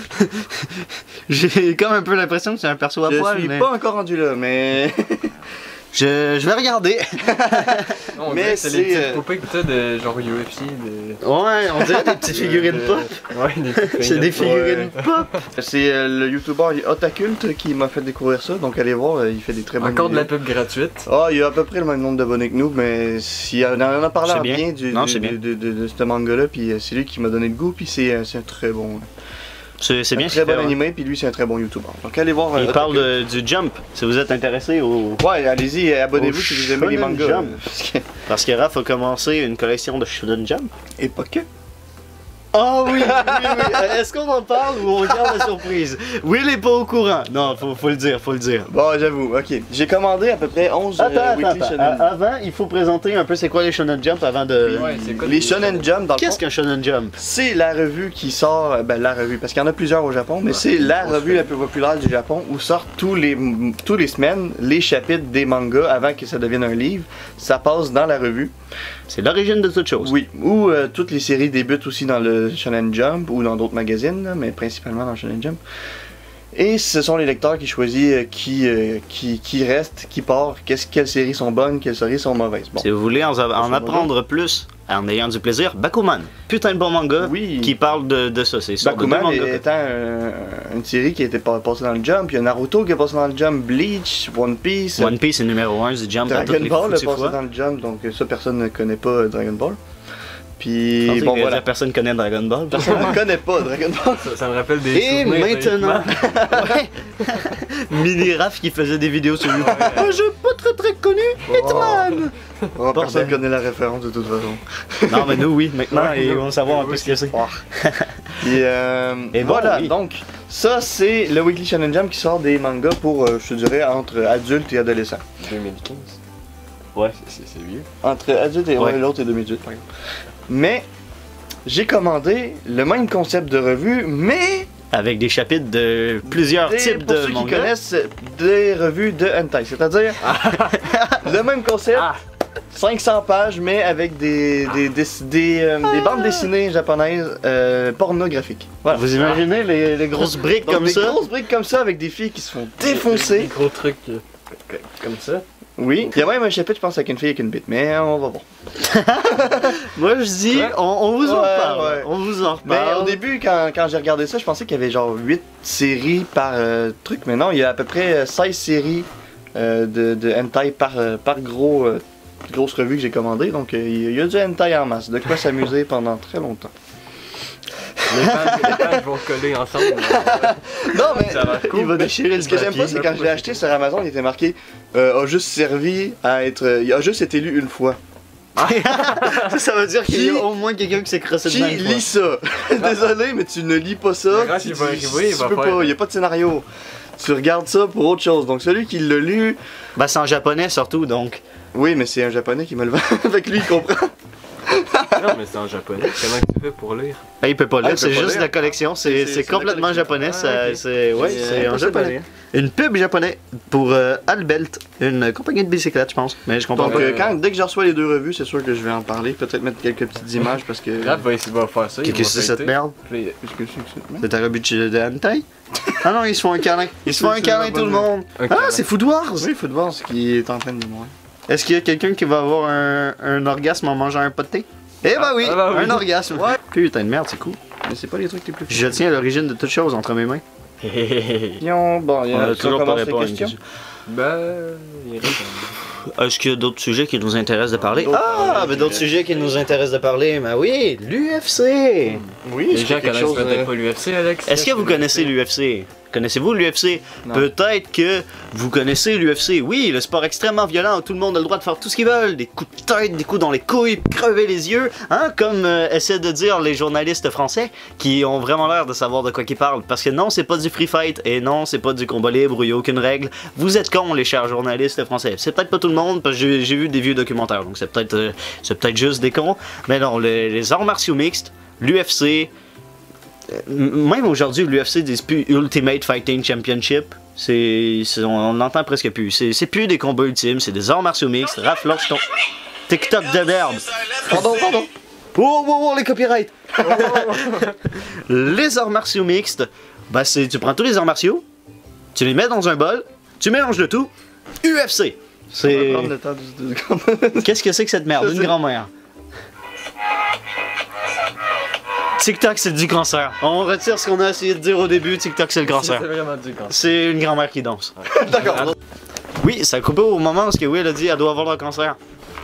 J'ai comme un peu l'impression que c'est un perso à poil. Je suis pas encore rendu là, mais. Je vais regarder. Non, mais c'est les petites poupées que t'as de genre UFC. Ouais, on dirait des petites figurines pop. Ouais, c'est des figurines pop. C'est le youtubeur Otakult qui m'a fait découvrir ça, donc allez voir, il fait des très bonnes Encore vidéos. de la pub gratuite. Ah, il y a à peu près le même nombre d'abonnés que nous, mais on en a parlé en bien de ce manga-là, puis c'est lui qui m'a donné le goût, puis c'est un très bon. C'est bien. Très bon animé, puis lui c'est un très bon youtubeur. Donc allez voir. Il parle du Jump, si vous êtes intéressé au. Ouais, allez-y, abonnez-vous si vous aimez les mangas. Parce que Raph a commencé une collection de Shonen Jump. Et pas que. Ah oui. Est-ce qu'on en parle ou on garde la surprise? Will est pas au courant. Non, faut le dire. Bon, j'avoue, ok. J'ai commandé à peu près 11 Weekly Shonen. Avant, il faut présenter un peu c'est quoi les Shonen Jump avant de... Ouais, c'est quoi les Shonen Jump, dans le fond. Qu'est-ce qu'un Shonen Jump? C'est la revue qui sort, la revue, parce qu'il y en a plusieurs au Japon, mais c'est la revue la plus populaire du Japon où sortent tous les semaines les chapitres des mangas avant que ça devienne un livre. Ça passe dans la revue. C'est l'origine de toute chose. Oui, où toutes les séries débutent aussi dans le Shonen Jump ou dans d'autres magazines, là, mais principalement dans le Shonen Jump. Et ce sont les lecteurs qui choisissent qui reste, qui part, quelles séries sont bonnes, quelles séries sont mauvaises. Bon. Si vous voulez en apprendre plus en ayant du plaisir, Bakuman, putain de bon manga qui parle de ça. C'est Bakuman étant une série qui a été passée dans le Jump, il y a Naruto qui est passé dans le Jump, Bleach, One Piece. One Piece est numéro 1 du Jump. Dragon Ball est passé dans le Jump, donc ça personne ne connaît pas Dragon Ball. Puis bon voilà, personne connaît Dragon Ball. Personne ne connaît pas Dragon Ball. Ça me rappelle des Et maintenant, Mini Raph qui faisait des vidéos sur YouTube. Un jeu pas très connu, Hitman. Personne connaît la référence de toute façon. Non mais nous oui, maintenant et on va savoir un peu ce que c'est. Et voilà, donc ça c'est le Weekly Shonen Jump qui sort des mangas pour, je dirais, entre adultes et adolescents. 2015. Ouais, c'est vieux. Entre adultes et l'autre est 2018 par exemple. Mais j'ai commandé le même concept de revue, mais avec des chapitres de plusieurs types pour de ceux qui mangas. connaissent, des revues de hentai, c'est-à-dire le même concept, 500 pages, mais avec des bandes dessinées japonaises pornographiques. Voilà. Vous imaginez les grosses briques Donc, comme des ça? grosses briques comme ça avec des filles qui se font Des défoncer. gros trucs comme ça. Oui, il y a même un chapitre, je pense, avec une fille avec une bite, mais on va voir. Moi je dis, Ouais. on vous en Ouais, parle. ouais. On vous en Mais reparle. au début, quand j'ai regardé ça, je pensais qu'il y avait genre 8 séries par truc, mais non, il y a à peu près 16 séries de hentai par grosse revue que j'ai commandée, donc il y a du hentai en masse, de quoi s'amuser pendant très longtemps. Les pages vont coller ensemble. Non, mais Ça va. Il va déchirer le ce que j'aime pas, papier. c'est quand je l'ai acheté sur Amazon, il était marqué a juste servi à être. Il a juste été lu une fois. Ça veut dire qu'il y a Qui- au moins quelqu'un qui s'est crossé Qui dedans une fois. lit ça? Désolé, mais tu ne lis pas ça. Mais quand il va arriver, il va peux faire- pas, il n'y a pas de scénario. Tu regardes ça pour autre chose. Donc celui qui l'a lu, Ben c'est en japonais surtout, donc. oui, mais c'est un japonais qui me le vend. Avec lui, il comprend. Non, mais c'est en japonais. Comment tu fais pour lire? Ben, il peut pas lire, Ah, il peut c'est pas juste lire. la collection, c'est C'est complètement la collection. japonais, Ah, ça- ok. c'est ouais, c'est en impossible à japonais. lire. Une pub japonais pour Albelt, une compagnie de bicyclettes, je pense, mais je comprends Donc pas. dès que je reçois les deux revues, c'est sûr que je vais en parler. Peut-être mettre quelques petites images parce que. Raph va essayer de faire ça. Qu'est-ce que c'est cette merde? Qu'est-ce que c'est que ça? C'est ta revue de hentai? Ah non, ils se font un câlin. Ils se font un C'est câlin la tout le bonne- monde. Ah, c'est Food Wars! Oui, il faut te voir ce qui est en train de mourir. Est-ce qu'il y a quelqu'un qui va avoir un orgasme en mangeant un pot de thé? Eh ben oui, ah bah oui. un orgasme. Ouais. Putain de merde, c'est cool. Mais c'est pas les trucs les plus. Je tiens à l'origine de toute chose entre mes mains. Bon, il y On a a toujours pas commencé répondu à les une questions. question. Ben, il reste. Est-ce qu'il y a d'autres sujets qui nous intéressent de parler? D'autres- Ah, ben d'autres sujets qui nous intéressent de parler. Ben oui, l'UFC. Oui, Les c'est gens quelque connaissent chose. peut-être pas l'UFC, Alex. Est-ce que vous connaissez l'UFC? Connaissez-vous l'UFC? Non. Peut-être que vous connaissez l'UFC. Oui, le sport extrêmement violent où tout le monde a le droit de faire tout ce qu'ils veulent. Des coups de tête, des coups dans les couilles, crever les yeux. Hein? Comme essaient de dire les journalistes français qui ont vraiment l'air de savoir de quoi ils parlent. Parce que non, c'est pas du free fight et non, c'est pas du combat libre où il n'y a aucune règle. Vous êtes cons, les chers journalistes français. C'est peut-être pas tout le monde parce que j'ai vu des vieux documentaires. Donc c'est peut-être juste des cons. Mais non, les arts martiaux mixtes, l'UFC... Même aujourd'hui, l'UFC dit plus Ultimate Fighting Championship. On n'entend presque plus. C'est plus des combats ultimes, c'est des arts martiaux mixtes. Raph, lance ton TikTok de merde. Pardon. Oh, les copyrights. Les arts martiaux mixtes, bah tu prends tous les arts martiaux, tu les mets dans un bol, tu mélanges le tout. UFC. On va C'est prendre le temps de- qu'est-ce que c'est que cette merde? Je Une sais. grand-mère. TikTok, c'est du cancer. On retire ce qu'on a essayé de dire au début. TikTok, c'est le C'est cancer. vraiment du cancer. C'est une grand-mère qui danse. D'accord. Oui, ça a coupé au moment où Will a dit elle doit avoir le cancer.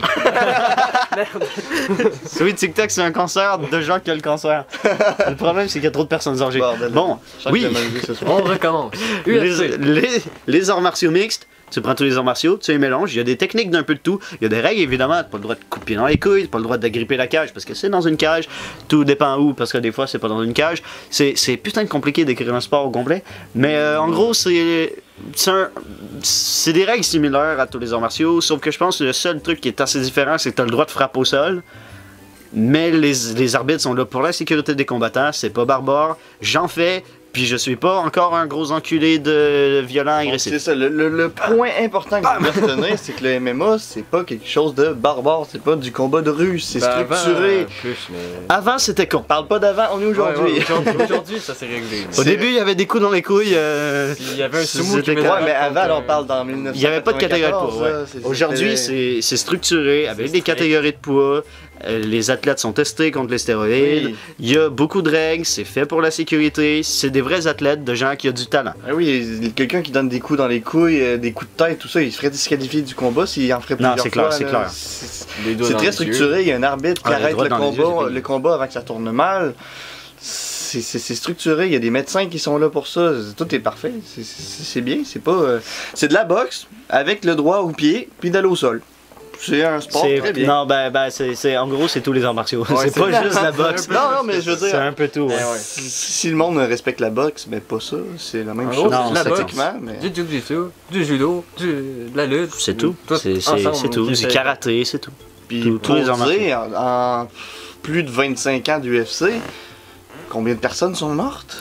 Oui, TikTok, c'est un cancer de gens qui ont le cancer. Le problème, c'est qu'il y a trop de personnes âgées. Bordel. Bon, Je sens que oui, j'ai mal vu ce soir. On recommence. UFC. les arts martiaux mixtes, tu prends tous les arts martiaux, tu les mélanges, il y a des techniques d'un peu de tout, il y a des règles évidemment, t'as pas le droit de couper dans les couilles, t'as pas le droit d'agripper la cage parce que c'est dans une cage, tout dépend où parce que des fois c'est pas dans une cage, c'est putain de compliqué d'écrire un sport au complet, mais en gros c'est des règles similaires à tous les arts martiaux, sauf que je pense que le seul truc qui est assez différent c'est que t'as le droit de frapper au sol. Mais les arbitres sont là pour la sécurité des combattants, c'est pas barbare, j'en fais, puis je suis pas encore un gros enculé de violent agressif. C'est ça, le point important que je veux retenir, c'est que le MMA, c'est pas quelque chose de barbare, c'est pas du combat de rue, c'est Ben, avant, structuré. plus, mais... Avant c'était con. Parle pas d'avant, on est aujourd'hui. Ouais, aujourd'hui, ça s'est réglé. Au début il y avait des coups dans les couilles. Il y avait un sumo c'était qui quoi? Ouais, mais avant, on parle dans 1994. Il n'y avait pas de catégorie de poids. Ouais. Aujourd'hui c'est structuré avec des strict. catégories de poids. Les athlètes sont testés contre les stéroïdes. Oui. Il y a beaucoup de règles, c'est fait pour la sécurité. C'est des vrais athlètes, de gens qui ont du talent. Ah oui, quelqu'un qui donne des coups dans les couilles, des coups de tête, tout ça, il se ferait disqualifier du combat s'il en ferait Non, plusieurs c'est clair, fois, c'est là. clair. Les doigts C'est dans très les structuré, il y a un arbitre qui Ah, les arrête doigts le dans les yeux, j'ai combat, payé. le combat avant que ça tourne mal. C'est structuré, il y a des médecins qui sont là pour ça, tout est parfait, c'est bien, c'est pas... c'est de la boxe avec le droit au pied, puis d'aller au sol. C'est un sport très bien. Non, en gros, c'est tous les arts martiaux. Ouais, c'est pas c'est- juste la boxe. Non, mais je veux C'est dire, un peu tout. ouais. si le monde respecte la boxe, ben pas ça, c'est la même En chose. gros, Non, c'est de la boxe, techniquement, mais... du jiu-jitsu, du judo, de la lutte. C'est tout. C'est ensemble, tout. qui Du fait- karaté, c'est tout. Puis tous pour les arts dire, en plus de 25 ans d'UFC, combien de personnes sont mortes?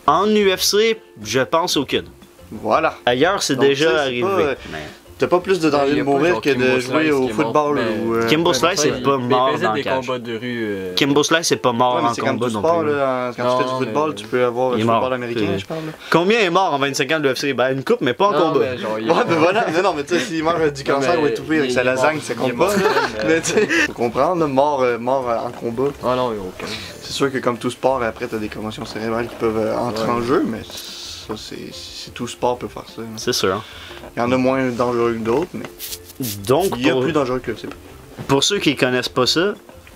En UFC, je pense aucune. Voilà. Ailleurs, c'est Donc, tu sais, déjà c'est arrivé. pas- Mais T'as pas plus de danger Il y de a pas mourir genre que de Kimbo jouer Slice au qui est mort, football mais- ou. Kimbo Slice, c'est il- pas mort Il faisait dans des le cage. combats de rue. Kimbo Slice, c'est pas mort Ouais, mais en c'est comme combat tout non sport, plus. là. Quand tu fais Non, du football, mais- tu peux avoir Il le est mort. football américain, C'est- je parle. Là. Combien est mort en 25 ans de l'UFC? Ben, une coupe, mais pas en Non, combat. mais genre, il- Ouais, ben voilà, mais non, mais tu sais, s'il meurt du cancer mais ou étouffé avec il sa est mort- lasagne, ça il est compte pas. mort là. jeune, Mais tu sais, faut comprendre, là, mort en combat. Ah non, il y a aucun. C'est sûr que comme tout sport, après, t'as des commotions cérébrales qui peuvent entrer Ouais. en jeu, mais ça, c'est tout sport peut faire ça. Là. C'est sûr. Il y en a moins dangereux que d'autres, mais Donc, il y a pour, plus dangereux que l'UFC. pour ceux qui connaissent pas ça,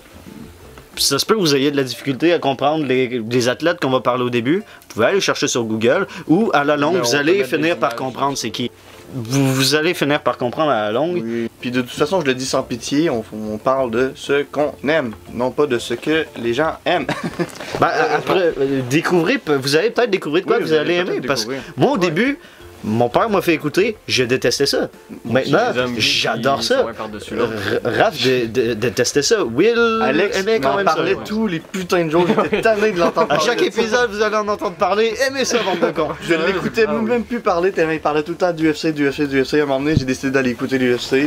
ça se peut que vous ayez de la difficulté à comprendre les athlètes qu'on va parler au début. Vous pouvez aller chercher sur Google ou à la longue, Mais on vous peut allez mettre des finir par images. comprendre c'est qui. Vous allez finir par comprendre à la longue. Oui. Puis de toute façon, je le dis sans pitié, on parle de ce qu'on aime, non pas de ce que les gens aiment. Ben, après, découvrez, vous allez peut-être découvrir de quoi Oui, vous allez peut-être aimer. Parce que découvrir. moi, au début, mon père m'a fait écouter, je détestais ça. Maintenant, Les hommes j'adore qui ça. sont un par-dessus l'autre. Raph détestait ça. Will Alex aimait quand m'en même parlait ça. tous les putains de jours, j'étais tanné de l'entendre À parler chaque de ça. épisode, vous allez en entendre parler. Aimez ça, bande de cons. Je l'écoutais Ah oui. même plus parler, tellement il parlait tout le temps d'UFC. À un moment donné, j'ai décidé d'aller écouter l'UFC.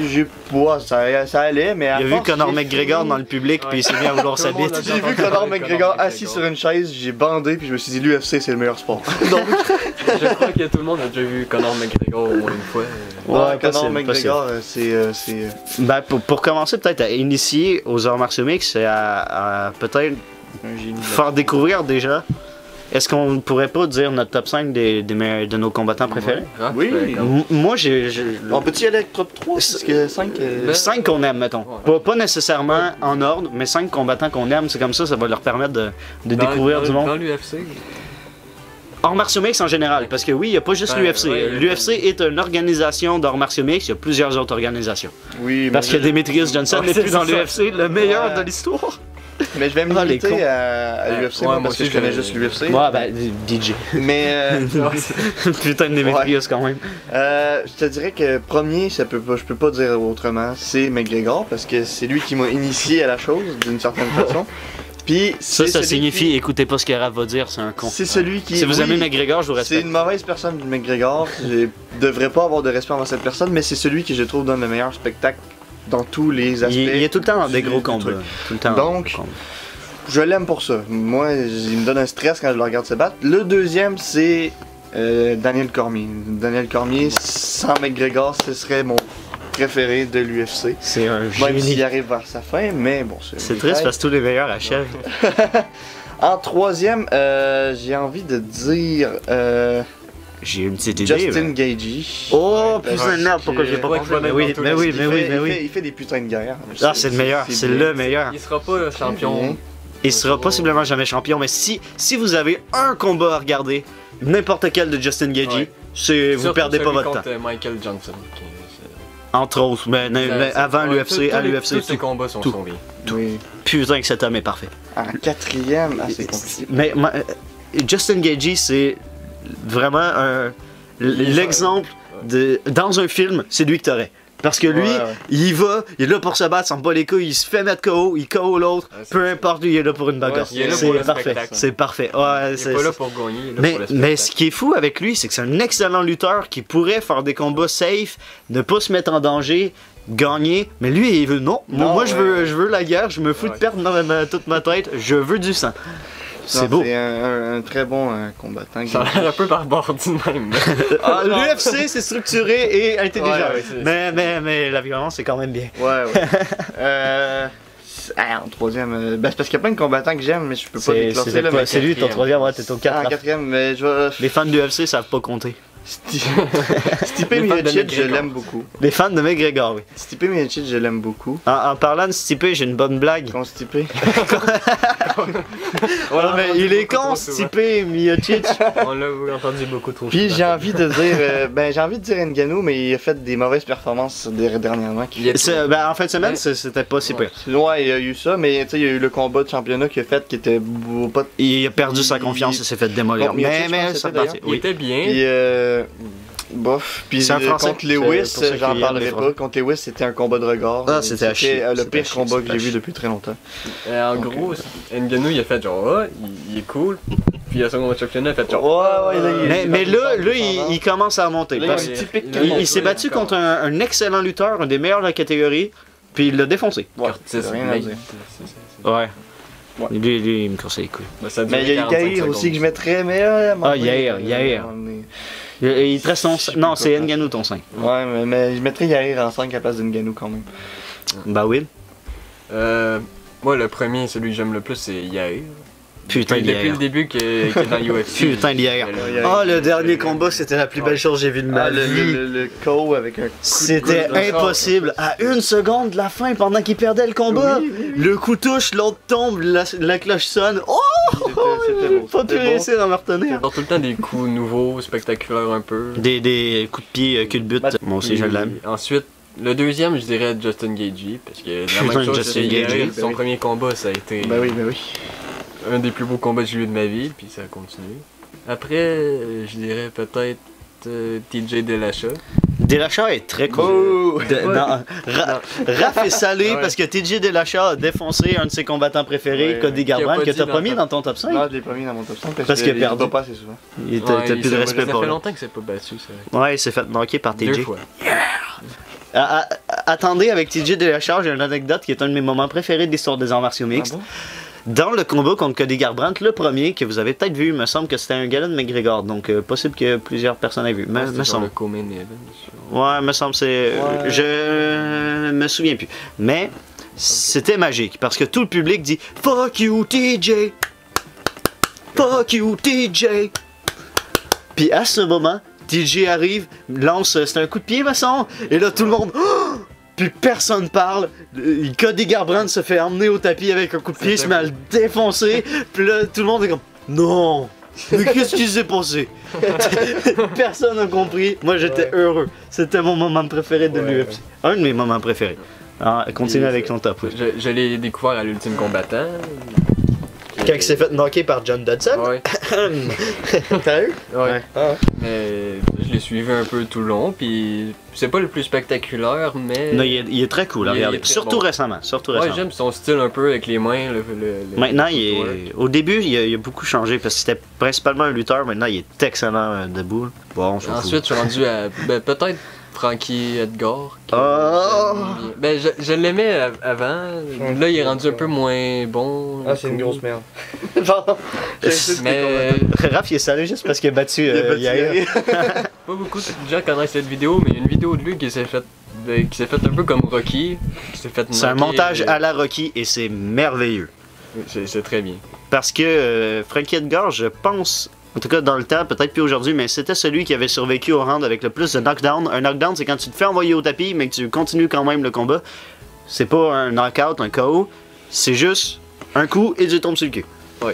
Ça allait, mais à Il a vu force, Conor j'ai McGregor fini. dans le public, puis il s'est mis à vouloir Tout sa le monde bite. a J'ai vu entendu Conor parler de McGregor Conor assis McGregor. sur une chaise, j'ai bandé, puis je me suis dit l'UFC c'est le meilleur sport. Donc, Je crois que tout le monde a déjà vu Conor McGregor au moins une fois. ouais, Conor possible, McGregor, c'est. Ben, pour commencer peut-être à initier aux arts martiaux mixtes, c'est à peut-être Un génie. faire découvrir déjà. Est-ce qu'on pourrait pas dire notre top 5 de nos combattants préférés? Ouais, Oui. ouais, comme- Moi, j'ai On peut-y aller avec top 3 parce que 5. 5 qu'on aime, mettons. Ouais. Pas nécessairement en ordre, mais 5 combattants qu'on aime, c'est comme ça va leur permettre de découvrir du monde. Dans l'UFC. Arts martiaux mixtes en général, parce que oui, il n'y a pas juste Ben, l'UFC. ouais, L'UFC est une organisation d'arts martiaux mixtes, il y a plusieurs autres organisations. Oui, Parce que Demetrius Johnson Ouais, n'est c'est plus dans ça. l'UFC, le meilleur Ouais. de l'histoire. mais je vais me Ah, les cons. limiter à l'UFC Ouais, moi, moi parce que aussi, je connais je- juste l'UFC. Ouais, ben, DJ. Mais Putain de Demetrius quand même. je te dirais que premier, je peux pas dire autrement, c'est McGregor parce que c'est lui qui m'a initié à la chose d'une certaine façon. Puis Ça c'est celui signifie écoutez pas ce que Raph va dire, c'est un con. c'est celui qui Si vous oui, aimez McGregor, je vous c'est respecte. une mauvaise personne du McGregor. Je devrais pas avoir de respect envers cette personne, mais c'est celui qui je trouve donne le meilleur spectacle dans tous les aspects. Il est tout le temps dans des du- gros du combats. truc. Tout le temps. Donc, dans des gros combats. Je l'aime pour ça. Moi, il me donne un stress quand je le regarde se battre. Le deuxième, c'est Daniel Cormier. Daniel Cormier, sans McGregor, ce serait mon préféré de l'UFC. C'est un Même s'il génie. arrive vers sa fin, mais bon, C'est triste parce que tous les meilleurs achèvent. En troisième, j'ai envie de dire J'ai une petite idée. Justin ben. Gaethje. Oh, Parce putain de merde, pourquoi que- j'ai pas Ouais, pensé? qui va Mais dans oui, tous mais les- oui, Il mais fait- oui, il mais oui. fait- Il fait des putains de guerres. Ah, c'est le meilleur, c'est bien. le meilleur. Il sera pas bien. champion. Il sera possiblement jamais champion, mais si vous avez un combat à regarder, n'importe quel de Justin Gaethje, Ouais. vous Surtout perdez pas celui votre contre temps. Michael Johnson. Entre autres, mais avant l'UFC, à l'UFC, tous ces tout. combats sont tout. bien. Oui. Putain que cet homme est parfait. En quatrième, c'est compliqué. Mais Justin Gaethje, c'est vraiment l'exemple de dans un film, c'est lui que t'aurais. Parce que lui, Ouais, ouais. il est là pour se battre, s'en bat les couilles, il se fait mettre KO, il KO l'autre, Ouais, c'est peu importe, lui, il est là pour une bagarre. Ouais, il est là c'est pour le parfait, spectacle. c'est parfait. Ouais, Il est c'est- pas là pour gagner, il est là mais, pour le mais ce spectacle. qui est fou avec lui, c'est que c'est un excellent lutteur qui pourrait faire des combats safe, ne pas se mettre en danger, gagner. Mais lui, il veut non. Non, Moi, ouais. je veux la guerre, je me fous de Ouais. perdre toute ma tête, je veux du sang. C'est Non, beau. C'est un très bon combattant. Ça a l'air un peu barbardi de même. Ah, non. L'UFC, c'est structuré et intelligent. Ouais, ouais, c'est- mais la violence, c'est quand même bien. Ouais, ouais. En troisième, c'est parce qu'il y a plein de combattants que j'aime, mais je peux pas C'est déclasser là. Mais c'est lui ton quatrième. troisième, ouais, t'es au en 4. quatrième, mais je vais. Les fans de l'UFC savent pas compter. Stipe Les fans de Miocic, je McGregor. l'aime beaucoup. Les fans de McGregor, oui. Stipe Miocic, je l'aime beaucoup. En parlant de Stipe, j'ai une bonne blague. Constipé. Ouais, mais il est con, Stipe Miocic. On l'a entendu beaucoup trop Puis souvent. j'ai envie de dire, j'ai envie de dire Ngannou, mais il a fait des mauvaises performances dernièrement. Il est En fin de semaine, Ouais. c'était pas si pire. Ouais, il y a eu ça, mais tu sais, il y a eu le combat de championnat qu'il a fait qui était pas. Il a perdu sa confiance et s'est fait démolir. Bon, Miocic, je pense mais que ça c'était passe. Il Oui. était bien. Puis bof. Puis C'est un Français, contre Lewis, c'est pour ça j'en qu'il aime parlerai les pas. Français. Contre Lewis, c'était un combat de regard. Ah, c'était à chier. le C'était pire à chier, combat que c'était j'ai à vu chier. depuis très longtemps. En gros, Ngannou, il a fait genre, ah, il est cool. Puis à son combat de championnat, il a fait genre. Ouais, là, Mais là, il commence à monter. Là, parce il est que typique. il s'est battu contre un excellent lutteur, un des meilleurs de la catégorie, puis il l'a défoncé. Ouais, Curtis c'est rien à Blade. dire. Ouais. Ouais. Lui, il me cassait les couilles. Ben, ça a Mais duré il y a 45 Yair aussi secondes. que je mettrais, mais. Yair. Il te reste ton... Non, c'est Ngannou ton 5. Ouais, mais je mettrais Yair en 5 à la place d'Ngannou quand même. Bah oui. Moi, le premier, celui que j'aime le plus, c'est Yair. Putain, Depuis Yair. le début qu'il est dans l'UFC. Putain, Yair. Oh, le dernier combat, c'était la plus belle chose que j'ai vue de ma vie. Le KO avec un coup de C'était coude. impossible. À 1 seconde de la fin, pendant qu'il perdait le combat, le coup touche, l'autre tombe, la cloche sonne. Oh! C'était beau. Pas pu C'était beau. réussir à me retenir. Il sort tout le temps des coups nouveaux, spectaculaires un peu. Des coups de pied, cul de but. Moi aussi, je Et l'aime. Ensuite, le deuxième, je dirais Justin Gaethje, parce que la Putain, même chose, Justin c'est Yair, Gaethje. son premier combat, ça a été Bah oui. un des plus beaux combats que j'ai eu de ma vie, puis ça a continué. Après, je dirais peut-être TJ Dillashaw. Dillashaw est très cool. Oh! Raph est salé Ouais. parce que TJ Dillashaw a défoncé un de ses combattants préférés, Ouais, Cody qui a Garbrandt, pas que dit t'as pas dans mis ta- dans ton top 5. Non, je l'ai pas mis dans mon top 5 Parce qu'il a il perdu. va pas assez souvent. T'as plus de respect ça pour fait lui. longtemps que c'est pas battu, c'est vrai. Ouais, il s'est fait manquer par 2 TJ. fois. Attendez, avec TJ Dillashaw, j'ai une anecdote qui est un de mes moments préférés de l'histoire des arts martiaux mixtes. Ah bon? Dans le combat contre Cody Garbrandt, le premier que vous avez peut-être vu, il me semble que c'était un gala de McGregor, donc possible que plusieurs personnes aient vu. Ouais, c'était Me sur semble. le co-main event. Ouais, me semble c'est. Ouais. Je me souviens plus. Mais c'était magique parce que tout le public dit Fuck you TJ! Fuck you TJ! Puis à ce moment, TJ arrive, lance, c'est un coup de pied, me semble, et là tout le monde. Puis personne parle. Cody Garbrandt se fait emmener au tapis avec un coup de pied, il se met à le défoncer. Puis là, tout le monde est comme non! Mais qu'est-ce qui s'est passé? Personne n'a compris. Moi, j'étais heureux. C'était mon moment préféré de Ouais. l'UFC. Un de mes moments préférés. Alors, continue Et avec ton top. Oui. Je l'ai découvert à l'ultime combattant. Quand il s'est fait knocker par John Dodson. Ouais. T'as eu? Ouais. Ah. Mais je l'ai suivi un peu tout le long, puis c'est pas le plus spectaculaire, mais. Non, il est très cool. Il est- Regardez. il est très Surtout bon. récemment. Surtout Ouais, récemment. j'aime son style un peu avec les mains. Maintenant, au début, il a beaucoup changé parce que c'était principalement un lutteur. Maintenant, il est excellent debout. Bon, on s'en fout. Ensuite, je suis rendu à. peut-être Frankie Edgar. qui- Oh! j'aime bien. Ben, je l'aimais avant. Là, il est rendu un peu moins bon. Ah, c'est une grosse merde. Mais Raph, il est salé juste parce qu'il a battu Yair. pas beaucoup de gens connaissent cette vidéo, mais il y a une vidéo de lui qui s'est fait un peu comme Rocky. Qui s'est fait C'est un knocker, montage à la Rocky et c'est merveilleux. C'est très bien. Parce que Frankie Edgar, je pense, en tout cas dans le temps, peut-être plus aujourd'hui, mais c'était celui qui avait survécu au round avec le plus de knockdown. Un knockdown, c'est quand tu te fais envoyer au tapis, mais que tu continues quand même le combat. C'est pas un knockout, un KO. C'est juste un coup et tu tombes sur le cul. Ouais.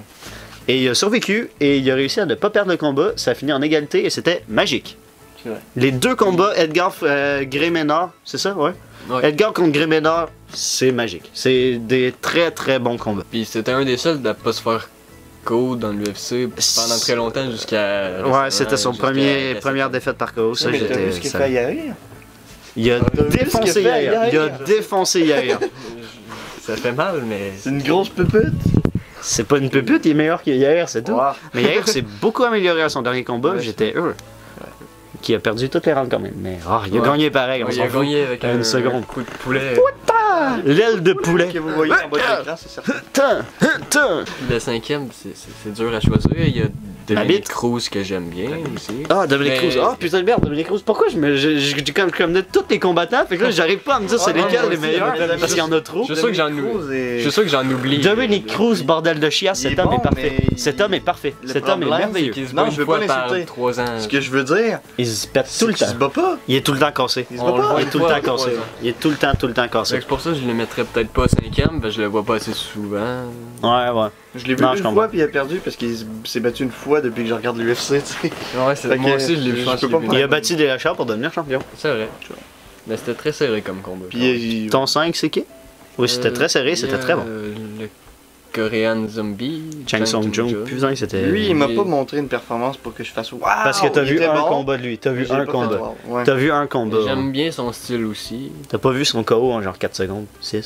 Et il a survécu et il a réussi à ne pas perdre le combat. Ça a fini en égalité et c'était magique. C'est vrai. Les deux combats, Edgar Gray-Ménard, c'est ça, ouais? Ouais. Edgar contre Gray-Ménard, c'est magique. C'est des très très bons combats. Puis c'était un des seuls à pas se faire KO dans l'UFC pendant très longtemps jusqu'à. Ouais, c'était son jusqu'à première Cassidy. défaite par KO. Ça, Mais t'as j'étais. vu ce qu'il ça- fait à Yair? Il a T'as vu ce défoncé qu'il fait à Yair. Il a Yair? défoncé Yair. Ça fait mal, mais. C'est une grosse pupute. C'est pas une pupute, il est meilleur que Yair, c'est tout. Wow. Mais Yair s'est beaucoup amélioré à son dernier combat, Ouais, j'étais heureux. Qui a perdu toutes les rounds quand même. Mais il a Ouais. gagné pareil, on Ouais, il s'en a fout. gagné avec Une un seconde. coup de poulet. L'aile de poulet. Que vous voyez en bas de l'écran, c'est certain. Tain. Le cinquième, c'est dur à choisir. Il y a Dominic Habite. Cruz que j'aime bien aussi. Ah, Dominic Mais- Cruz. Ah, putain de merde, Dominic Cruz. Pourquoi j'ai comme tous les combattants, fait que là, j'arrive pas à me dire c'est Ah, non, lesquels moi les aussi, meilleurs, mais parce qu'il y en a trop. Je suis sûr que j'en Dominic Cruz est- Je suis sûr que j'en oublie. Dominic Cruz, bordel de chiasse, Il est cet homme bon, est parfait. mais Cet homme est parfait. le Cet homme est problème, merveilleux. Qu'il se Non, bat je une veux pas fois par l'insulter. 3 ans. Ce que je veux dire, Il se pète tout le c'est qu'il temps. se bat pas. Il est tout le temps cassé. Il se On bat le pas. voit Il est une tout le fois temps à 3 cassé. ans. Il est tout le temps Fait cassé. que C'est pour ça que je le mettrais peut-être pas 5ème, parce que je le vois pas assez souvent. Ouais. Je l'ai vu Non, je une comprends. fois puis il a perdu parce qu'il s'est battu une fois depuis que je regarde l'UFC, tu sais. Ouais, Fait moi que aussi je l'ai vu. je je pense peux que pas je l'ai me vu. Il a battu des achats pour devenir champion. C'est vrai. Mais c'était très serré comme combat. Puis il... Ton 5, c'est qui? Oui, c'était très serré, c'était très bon. Le Korean Zombie. Chang Song Jung, putain, c'était. Lui, il m'a Et- pas montré une performance pour que je fasse waouh. Parce que t'as il vu était un bon, combat de lui. T'as mais vu j'ai un pas fait combat. wow. Ouais. T'as vu un combat. J'aime bien son style aussi. T'as pas vu son KO en genre 4 secondes, 6.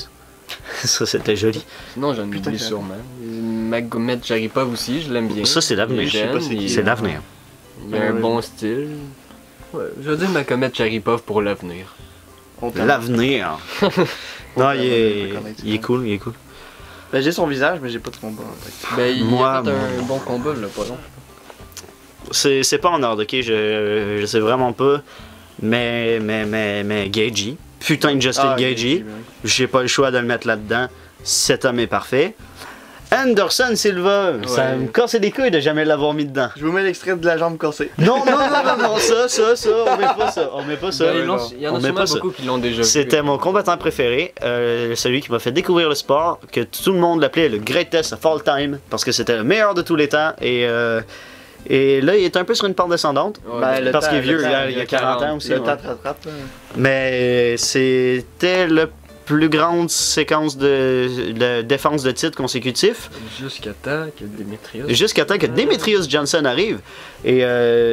Ça, c'était joli. Sinon, j'en Putain, oublie ça- sûrement. Magomed Jaripov aussi, je l'aime bien. Ça, c'est l'avenir. Il est Je sais pas jeune, c'est qui. C'est l'avenir. Il a un bon style. Ouais, je veux dire Magomed Jaripov pour l'avenir. On t'aime. L'avenir. Non, il est cool, il est cool. Ben, j'ai son visage, mais j'ai pas de combat en fait. Ben, il Moi, a fait moi- un bon combat, là, pas long. C'est pas en ordre, ok? Je sais vraiment pas. Mais Gagey. Putain de Justin Gagey. J'ai pas le choix de le mettre là-dedans. Cet homme est parfait. Anderson Silva. Ça Ouais. me casse les couilles de jamais l'avoir mis dedans. Je vous mets l'extrait de la jambe cassée. Non, ça, on met pas ça. On met pas ça. Ben, ouais, non. il y en On a met sûrement pas ça. beaucoup qui l'ont déjà vu. C'était mon combattant préféré, celui qui m'a fait découvrir le sport, que tout le monde l'appelait le greatest of all time, parce que c'était le meilleur de tous les temps, et là, il est un peu sur une pente descendante, Ouais, Ben, ben, le parce qu'il est temps- vieux, le temps- il y a 40 ans aussi. Le ouais. temps te rattrape. Là. Mais c'était la plus grande séquence de défense de titre consécutif, jusqu'à temps que Demetrius. jusqu'à temps que Demetrius Johnson arrive. Et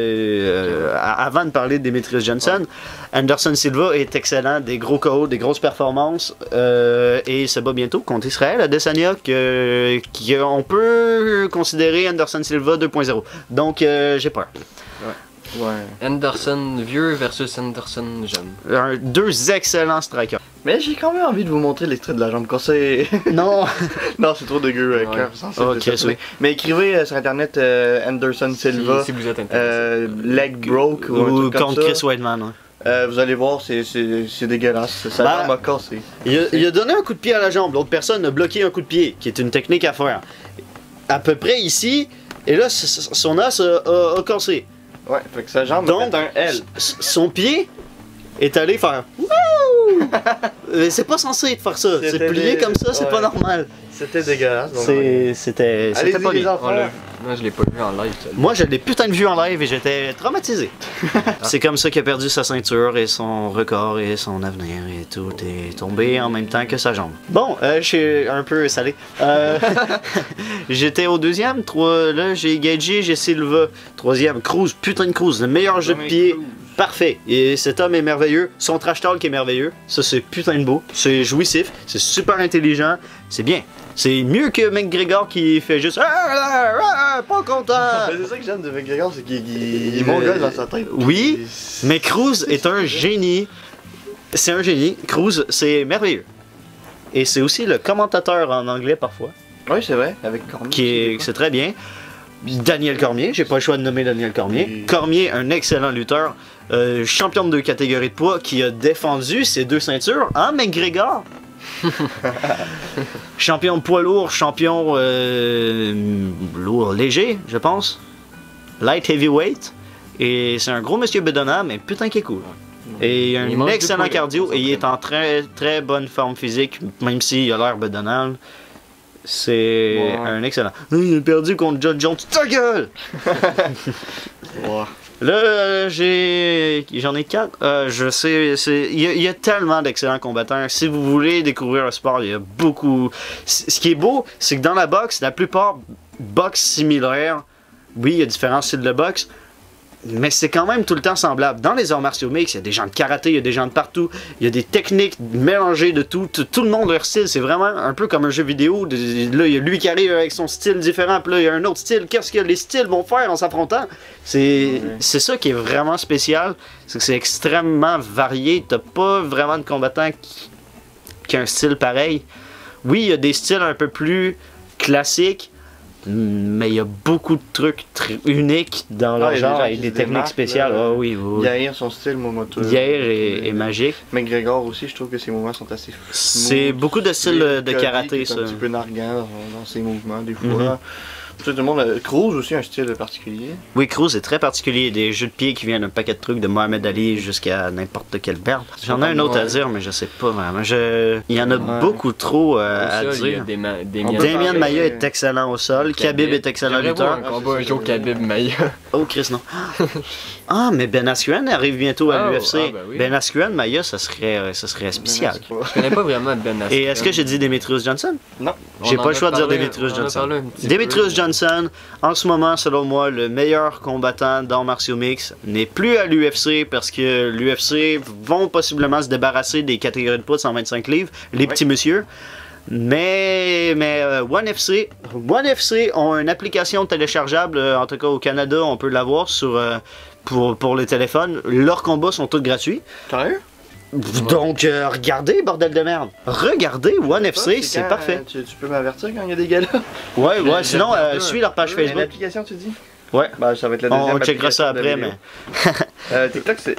avant de parler de Demetrius Johnson, Anderson Silva est excellent, des gros KO, des grosses performances, et se bat bientôt contre Israël Adesanya, qu'on peut considérer Anderson Silva 2.0. Donc j'ai peur. Ouais. Anderson vieux versus Anderson jeune. Deux excellents strikers. Mais j'ai quand même envie de vous montrer l'extrait de la jambe cassée. Non, Non, c'est trop dégueu, Ouais. cœur sensible. Ok, de ça. c'est- Mais écrivez sur internet Anderson Silva, Si vous êtes intéressé. leg broke ou un ou truc comme contre ça. Chris Weidman. Ouais. Vous allez voir, c'est dégueulasse. Sa Bah, jambe a cassé. Il a donné un coup de pied à la jambe, l'autre personne a bloqué un coup de pied, qui est une technique à faire. À peu près ici, et là, son os a cassé. Ouais, fait que sa jambe Donc, a fait un L. son pied est allé faire Wouh! Mais c'est pas censé être faire ça. C'est C'était plié des- comme ça, c'est ouais. pas normal. C'était dégueulasse. donc, C'était Allez-y, pas les bien. enfants. On l'a vu. Non, je l'ai pas vu en live. ça. Moi, je l'ai putain de vu en live et j'étais traumatisé. C'est comme ça qu'il a perdu sa ceinture et son record et son avenir et tout est tombé en même temps que sa jambe. Bon, je suis un peu salé. J'étais au deuxième, là j'ai Gagey, j'ai Silva. Troisième, Cruz, putain de Cruz, le meilleur jeu de pied. Parfait. Et cet homme est merveilleux. Son trash talk est merveilleux. Ça, c'est putain de beau. C'est jouissif. C'est super intelligent. C'est bien. C'est mieux que McGregor qui fait juste pas content. Mais c'est ça que j'aime de McGregor, c'est qu'il est mongol dans sa tête. Oui, Puis mais Cruz est un génie. C'est un génie. Cruz, c'est merveilleux. Et c'est aussi le commentateur en anglais parfois, Oui, c'est vrai, avec Cormier. qui est, c'est très bien. Daniel Cormier, j'ai pas le choix de nommer Daniel Cormier. Oui. Cormier, un excellent lutteur, champion de 2 catégories de poids, qui a défendu ses 2 ceintures en McGregor. Champion de poids lourd, champion lourd léger, je pense. Light heavyweight. Et c'est un gros monsieur bedonnant, mais putain qui est cool. Et il a Il un mange du excellent poulet, cardio ça et il est s'entraîne. en très très bonne forme physique, même s'il a l'air bedonnant. C'est Ouais. un excellent. Il a perdu contre John Jones. Ta gueule! Ouais. Là, j'en ai 4. Je sais, il y a tellement d'excellents combattants. Si vous voulez découvrir le sport, il y a beaucoup. Ce qui est beau, c'est que dans la boxe, la plupart boxe similaires. Oui, il y a différents styles de boxe, mais c'est quand même tout le temps semblable. Dans les arts martiaux mixtes, il y a des gens de karaté, il y a des gens de partout, il y a des techniques mélangées de tout. Tout le monde leur style, c'est vraiment un peu comme un jeu vidéo. Là, il y a lui qui arrive avec son style différent, puis là, il y a un autre style. Qu'est-ce que les styles vont faire en s'affrontant? C'est ça qui est vraiment spécial, c'est que c'est extrêmement varié. T'as pas vraiment de combattant qui a un style pareil. Oui, il y a des styles un peu plus classiques, mais il y a beaucoup de trucs uniques dans leur il y a des genre gens avec qui des se techniques démarquent, spéciales. là. Ah oui, oui. Yair, son style, Momoto. Yair est magique. McGregor aussi, je trouve que ses mouvements sont assez C'est smooth. beaucoup de styles de Cody, karaté, qui est ça. un petit peu narguant dans ses mouvements, des fois. Mhm. Tout le monde. Cruz aussi, un style particulier. Oui, Cruz est très particulier. Des jeux de pied qui viennent d'un paquet de trucs de Mohamed Ali jusqu'à n'importe quelle merde. J'en ai un autre à dire, mais je sais pas vraiment. Il y en a Ouais. beaucoup trop à Au sol, il y a dire. On peut Damien parler, Maia mais- est excellent au sol. Khabib est excellent J'aimerais voir lutteur. un combat un jour Khabib Maia. Oh, Chris, non. Ah, mais Ben Askren arrive bientôt à Ah, l'UFC. ah, ben oui. Ben Askren, Maia, ça serait spécial. Je connais pas vraiment Ben Askren. Et est-ce que j'ai dit Demetrius Johnson? Non. J'ai On pas en le choix a de dire parlé- Demetrius on en a Johnson. parlé un petit Demetrius peu. Johnson, en ce moment, selon moi, le meilleur combattant dans martiaux mix, n'est plus à l'UFC parce que l'UFC vont possiblement se débarrasser des catégories de poids de 125 livres, les Oui. petits messieurs. Mais One FC ont une application téléchargeable, en tout cas au Canada, on peut l'avoir pour les téléphones. Leurs combats sont tous gratuits. Sérieux? Donc, regardez, bordel de merde. Regardez One FC, c'est parfait. Tu peux m'avertir quand il y a des gars là? Ouais, sinon, suis leur page Facebook. L'application, tu dis? Ouais. Bah, ça va être la deuxième. On checkera ça après, mais. TikTok, c'est.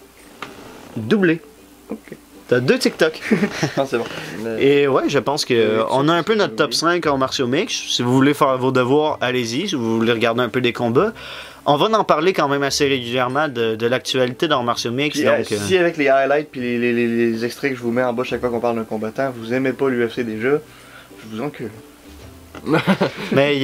Doublé. Ok. T'as 2 TikTok. Non, c'est bon. Et ouais, je pense qu'on a un peu notre top 5 en martiaux mix. Si vous voulez faire vos devoirs, allez-y. Si vous voulez regarder un peu des combats. On va en parler quand même assez régulièrement de l'actualité dans martiaux mix. Puis, donc, si avec les highlights puis les extraits que je vous mets en bas chaque fois qu'on parle d'un combattant, vous aimez pas l'UFC déjà, je vous encule. Mais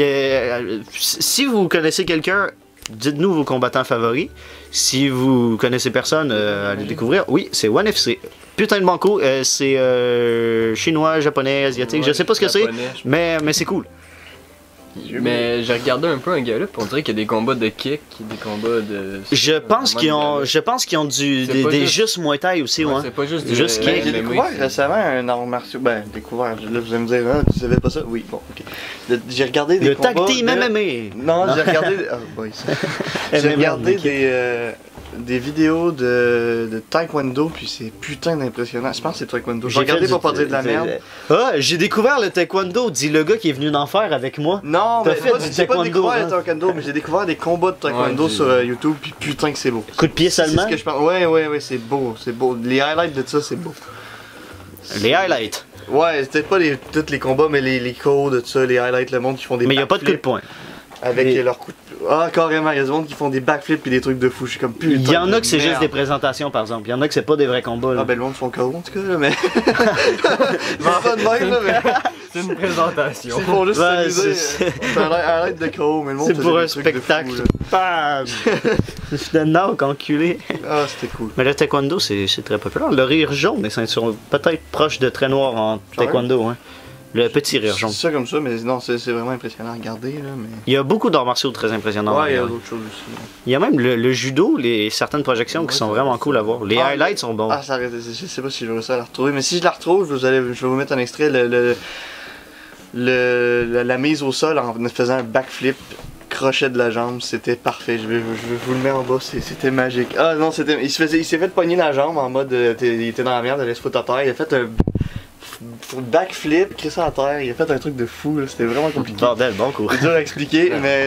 si vous connaissez quelqu'un, dites-nous vos combattants favoris. Si vous connaissez personne, allez découvrir. Oui, c'est One FC. Putain de banco, c'est chinois, japonais, asiatique, Ouais, je sais pas ce que c'est, japonais, mais c'est cool. Mais j'ai regardé un peu un gars là, puis on dirait qu'il y a des combats de kick, des combats de. Je pense qu'ils ont des juste Muay Thai aussi, ouais. C'est pas juste Juste du. kick. J'ai découvert récemment un art martial. Ben, découvert, là vous allez me dire, tu savais pas ça? Oui, bon, ok. J'ai regardé des Le combats. tag team de... MMA. Non, j'ai regardé. Oh boy, ça. J'ai regardé des vidéos de taekwondo, puis c'est putain d'impressionnant. Je pense que c'est taekwondo. J'ai regardé pour pas dire de la merde. Ah, j'ai découvert le taekwondo, dit le gars qui est venu d'en faire avec moi. Non, T'as mais fait du j'ai pas taekwondo, découvert hein? le taekwondo, mais j'ai découvert des combats de taekwondo Ouais, sur YouTube, puis putain que c'est beau. Coup de pied C'est seulement. ce que je pense. Ouais, c'est beau, c'est beau. Les highlights de ça, c'est beau. Les highlights. Ouais, c'était pas tous les combats, mais les codes de ça, les highlights, le monde qui font des Mais il n'y a pas de coup de backflips poing. avec Mais- leurs coups de... Ah, carrément, il y a du monde qui font des backflips puis des trucs de fou. Je suis comme putain. Il y en a que c'est de juste des merde. présentations, par exemple. Il y en a que c'est pas des vrais combats. là. Ah ben le monde font KO en tout cas, là, mais... c'est pas de même, là, mais... C'est une présentation. Ils font juste Ouais, s'amuser. c'est- C'est un light de KO, mais le monde C'est faisait pour des un trucs de spectacle. fou, là. Bam! De knock, enculé. Ah, c'était cool. Mais le taekwondo, c'est très populaire. Le rire jaune, des ceintures peut-être proche de très noir en taekwondo. Hein. Le petit rire jaune. C'est ça comme ça, mais non, c'est vraiment impressionnant à regarder, là, mais... Il y a beaucoup d'arts martiaux très impressionnants. Ouais, il y a hein. d'autres choses aussi. Il y a même le judo, certaines projections qui sont vraiment cool à voir. Les Ah, highlights sont bons. Ah, ça arrête, je sais pas si je vais réussir à la retrouver, mais si je la retrouve, je vais vous mettre un extrait, la mise au sol en faisant un backflip, crochet de la jambe, c'était parfait. Je vais vous le mettre en bas, c'était magique. Ah non, il s'est fait pogner la jambe en mode, il était dans la merde, il allait se foutre à terre, il a fait un backflip, crissé à terre, il a fait un truc de fou, là, c'était vraiment compliqué. Bordel, bon coup. C'est dur à expliquer, mais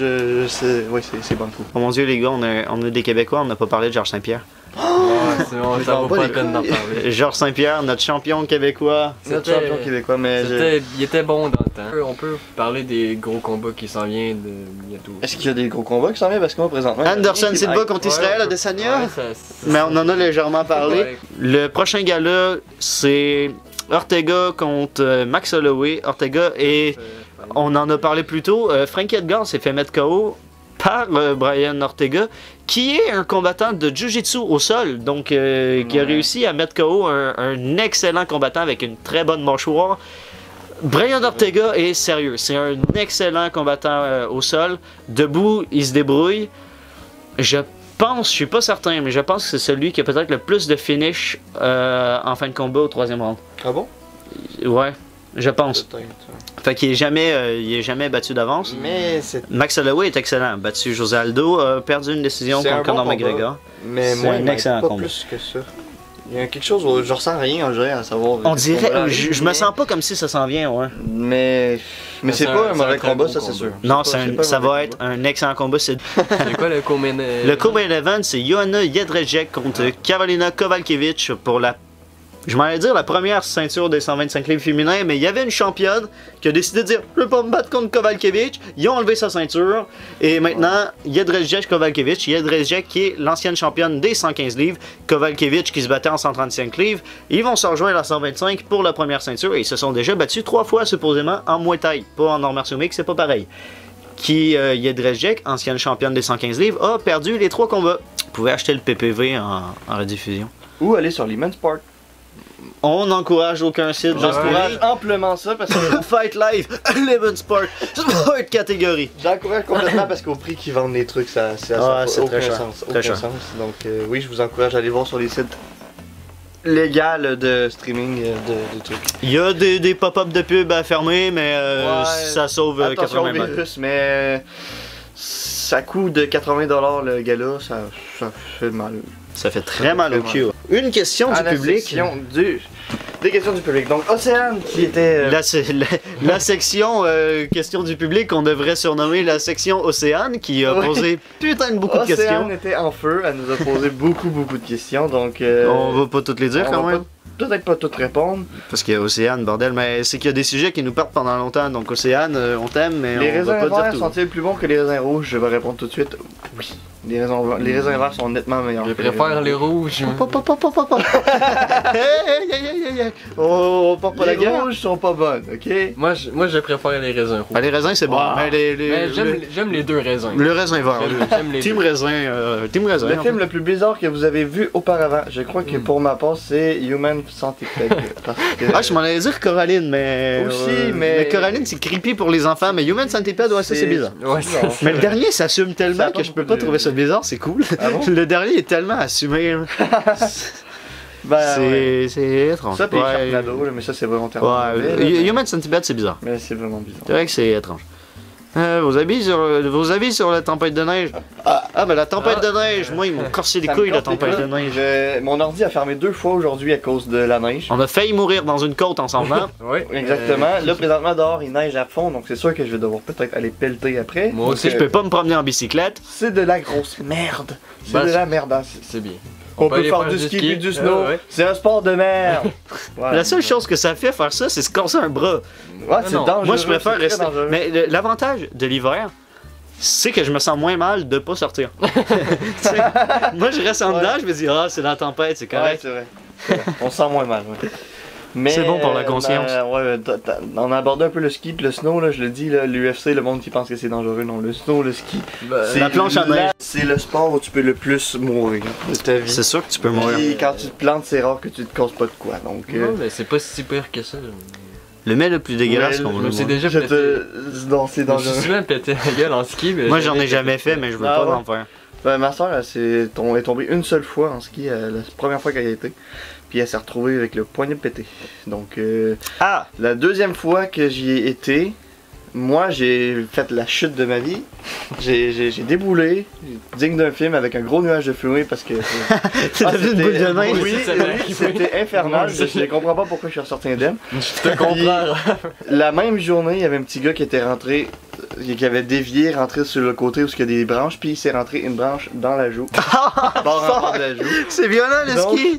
c'est bon coup. Oh mon dieu, les gars, on a des Québécois, on n'a pas parlé de Georges Saint-Pierre. Ouais, c'est bon, ça vaut pas la peine d'en parler. Georges Saint-Pierre, notre champion québécois. Notre champion québécois, mais Il était bon dans le temps. On peut parler des gros combats qui s'en viennent de bientôt. est-ce qu'il y a des gros combats qui s'en viennent? Parce que moi, présentement... Anderson Silva contre Israël Adesanya. Mais on en a légèrement parlé. Ouais. Le prochain gala, c'est Ortega contre Max Holloway. Ortega et on en a parlé plus tôt. Frankie Edgar s'est fait mettre KO par Brian Ortega, qui est un combattant de Jiu-Jitsu au sol, donc qui a réussi à mettre KO un excellent combattant avec une très bonne mâchoire. Brian Ortega est sérieux, c'est un excellent combattant au sol. Debout, il se débrouille. Je suis pas certain, mais je pense que c'est celui qui a peut-être le plus de finish en fin de combat au 3e round. Ah bon? Ouais, je pense. Peut-être. Fait qu'il est jamais battu d'avance. Mais c'est... Max Holloway est excellent. Battu José Aldo, a perdu une décision C'est un contre Conor bon combat. McGregor. Mais C'est moi, un il m'aide excellent pas combat. plus que ça. Il y a quelque chose où je ressens rien, on dirait, à savoir... On dirait, combat-là, je me sens pas comme si ça s'en vient, ouais. Mais c'est pas un mauvais très combat, beau ça c'est combat. sûr. Non, C'est pas ça un mauvais va être un excellent combat. C'est C'est quoi le co-main le co-main event, c'est Joanna Jedrzejczyk contre Karolina Kowalkiewicz pour je m'en allais dire la première ceinture des 125 livres féminins, mais il y avait une championne qui a décidé de dire je veux pas me battre contre Kowalkiewicz. Ils ont enlevé sa ceinture et maintenant Jedrzejczyk Kowalkiewicz, Jedrzejczyk qui est l'ancienne championne des 115 livres, Kowalkiewicz qui se battait en 135 livres. Ils vont se rejoindre à 125 pour la première ceinture et ils se sont déjà battus 3 fois supposément en Muay Thai, pas en arts martiaux mixtes, c'est pas pareil. Jedrzejczyk, ancienne championne des 115 livres, a perdu les 3 combats. Vous pouvez acheter le PPV en rediffusion. Ou aller sur Lehman Sport. On n'encourage aucun site. J'encourage amplement ça parce que... Fight Live, Eleven Sport, Sport catégorie. J'encourage complètement parce qu'au prix qu'ils vendent les trucs, ça Ah, n'a c'est aucun très cher. sens. Très Aucun cher. sens. Donc oui, je vous encourage à aller voir sur les sites légal de streaming de trucs. Il y a des pop-up de pub à fermer, mais Ouais. ça sauve Attention 80 au balles. virus, mais ça coûte de 80$ le gala, ça fait mal. Ça fait très mal au cul. Une question À du la public. section des questions du public. Donc Océane qui était... La section questions du public qu'on devrait surnommer la section Océane qui a Oui. posé putain de beaucoup de questions. Océane était en feu, elle nous a posé beaucoup de questions, donc... On va pas toutes les dire on quand va même. peut-être pas toutes répondre. Parce qu'il y a Océane, bordel, mais c'est qu'il y a des sujets qui nous partent pendant longtemps. Donc Océane, on t'aime, mais Les on va raisins pas verts dire tout. sont-ils plus bons que les raisins rouges? Je vais répondre tout de suite. Oui. Les raisins verts sont nettement meilleurs. Je que les préfère raisins les rouges. rouges. Pop, pop, pop, pop, pop, pop. Hey, hey, hey, hey, hey. On part pas la Les guerre. rouges sont pas bonnes, ok? Moi, je préfère les raisins rouges. Ah, les raisins, c'est bon. Wow. Mais Mais j'aime les deux raisins. le raisin vert. J'aime les Team deux. raisin. Team raisin. Le en film fait. le plus bizarre que vous avez vu auparavant, je crois que pour ma part, c'est Human Centipede. Parce que... Ah, je m'en allais dire Coraline, mais. Aussi, mais- Coraline, c'est creepy pour les enfants, mais Human Centipede, ouais, ça c'est bizarre. Ouais, bizarre. Mais le dernier s'assume Ça tellement a que pas je peux beaucoup pas de- trouver ça bizarre, c'est cool. Ah bon? Le dernier est tellement assumé. là. Ben, ouais. C'est étrange. Ça, puis Ouais. Sharknado, là, mais ça, c'est volontairement. Ouais, mauvais, là, Human Centipede, c'est bizarre. mais c'est vraiment bizarre. C'est vrai que c'est étrange. Vos avis sur la tempête de neige? Ah, ben la tempête de neige, moi, ils m'ont cassé les Ça me couilles, la casse les tempête de couilles. neige. Mon ordi a fermé 2 fois aujourd'hui à cause de la neige. On a failli mourir dans une côte en s'en venant. Ouais. Exactement. Là, présentement, dehors, il neige à fond, donc c'est sûr que je vais devoir peut-être aller pelleter après. Moi Donc, aussi, Je peux pas me promener en bicyclette. C'est de la grosse merde. C'est Ben, de la merde. Hein. C'est bien. On peut peut aller faire faire du du ski ski. puis du snow. Ouais. C'est un sport de merde. Voilà. La seule chose que ça fait faire ça, c'est se casser un bras. Ouais, c'est Non. dangereux. Moi, je préfère c'est très rester. dangereux. Mais l'avantage de l'hiver, c'est que je me sens moins mal de pas sortir. Tu sais, moi, je reste en Ouais. dedans, je me dis, ah, c'est la tempête, c'est Ouais, correct. c'est vrai. C'est vrai. On se sent moins mal. Ouais. Mais, C'est bon pour la conscience. ouais, on a abordé un peu le ski puis le snow, là, je le dis, l'UFC, le monde qui pense que c'est dangereux, non, le snow, le ski, c'est la planche à neige. C'est le sport où tu peux le plus mourir de ta vie. C'est sûr que tu peux mourir. Puis quand tu te plantes, c'est rare que tu te causes pas de quoi, donc... Non, mais c'est pas si pire que ça. Le mets le plus dégueulasse Ouais, qu'on Je va me suis voir. déjà je pété. Non, c'est Je me suis dangereux. souvent pété la gueule en ski. Mais Moi, j'en ai jamais fait, mais je veux Ah pas ouais? en faire. Ben, ma soeur, elle est tombée une seule fois en ski, la première fois qu'elle y a été. Puis elle s'est retrouvée avec le poignet pété. Donc, Ah! la deuxième fois que j'y ai été, moi j'ai fait la chute de ma vie. J'ai déboulé, digne d'un film, avec un gros nuage de fumée parce que. T'as vu une boule de neige? Oui, Ça m'est oui, arrivé. c'était infernal. Moi aussi. Je comprends pas pourquoi je suis ressorti indemne. Je te comprends. La même journée, il y avait un petit gars qui était rentré, qui avait dévié, rentré sur le côté où il y a des branches, puis il s'est rentré une branche dans la joue. Bord en bord de la joue. C'est violent le Donc, ski!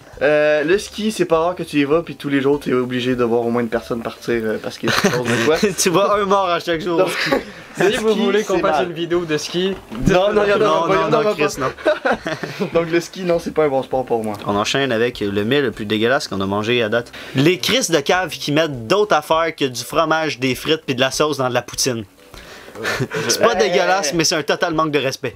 Le ski, c'est pas rare que tu y vas, puis tous les jours, tu es obligé de voir au moins une personne partir parce qu'il y a quelque chose de quoi. Tu vois un mort à chaque jour. Donc, le Si vous ski, voulez qu'on c'est fasse mal. une vidéo de ski, Non, non, il y en Non, aura pas, il y en non, aura non, pas. Chris, non. Donc le ski, non, c'est pas un bon sport pour moi. On enchaîne avec le mets le plus dégueulasse qu'on a mangé à date. Les Chris de cave qui mettent d'autres affaires que du fromage, des frites puis de la sauce dans de la poutine. C'est pas dégueulasse, mais c'est un total manque de respect.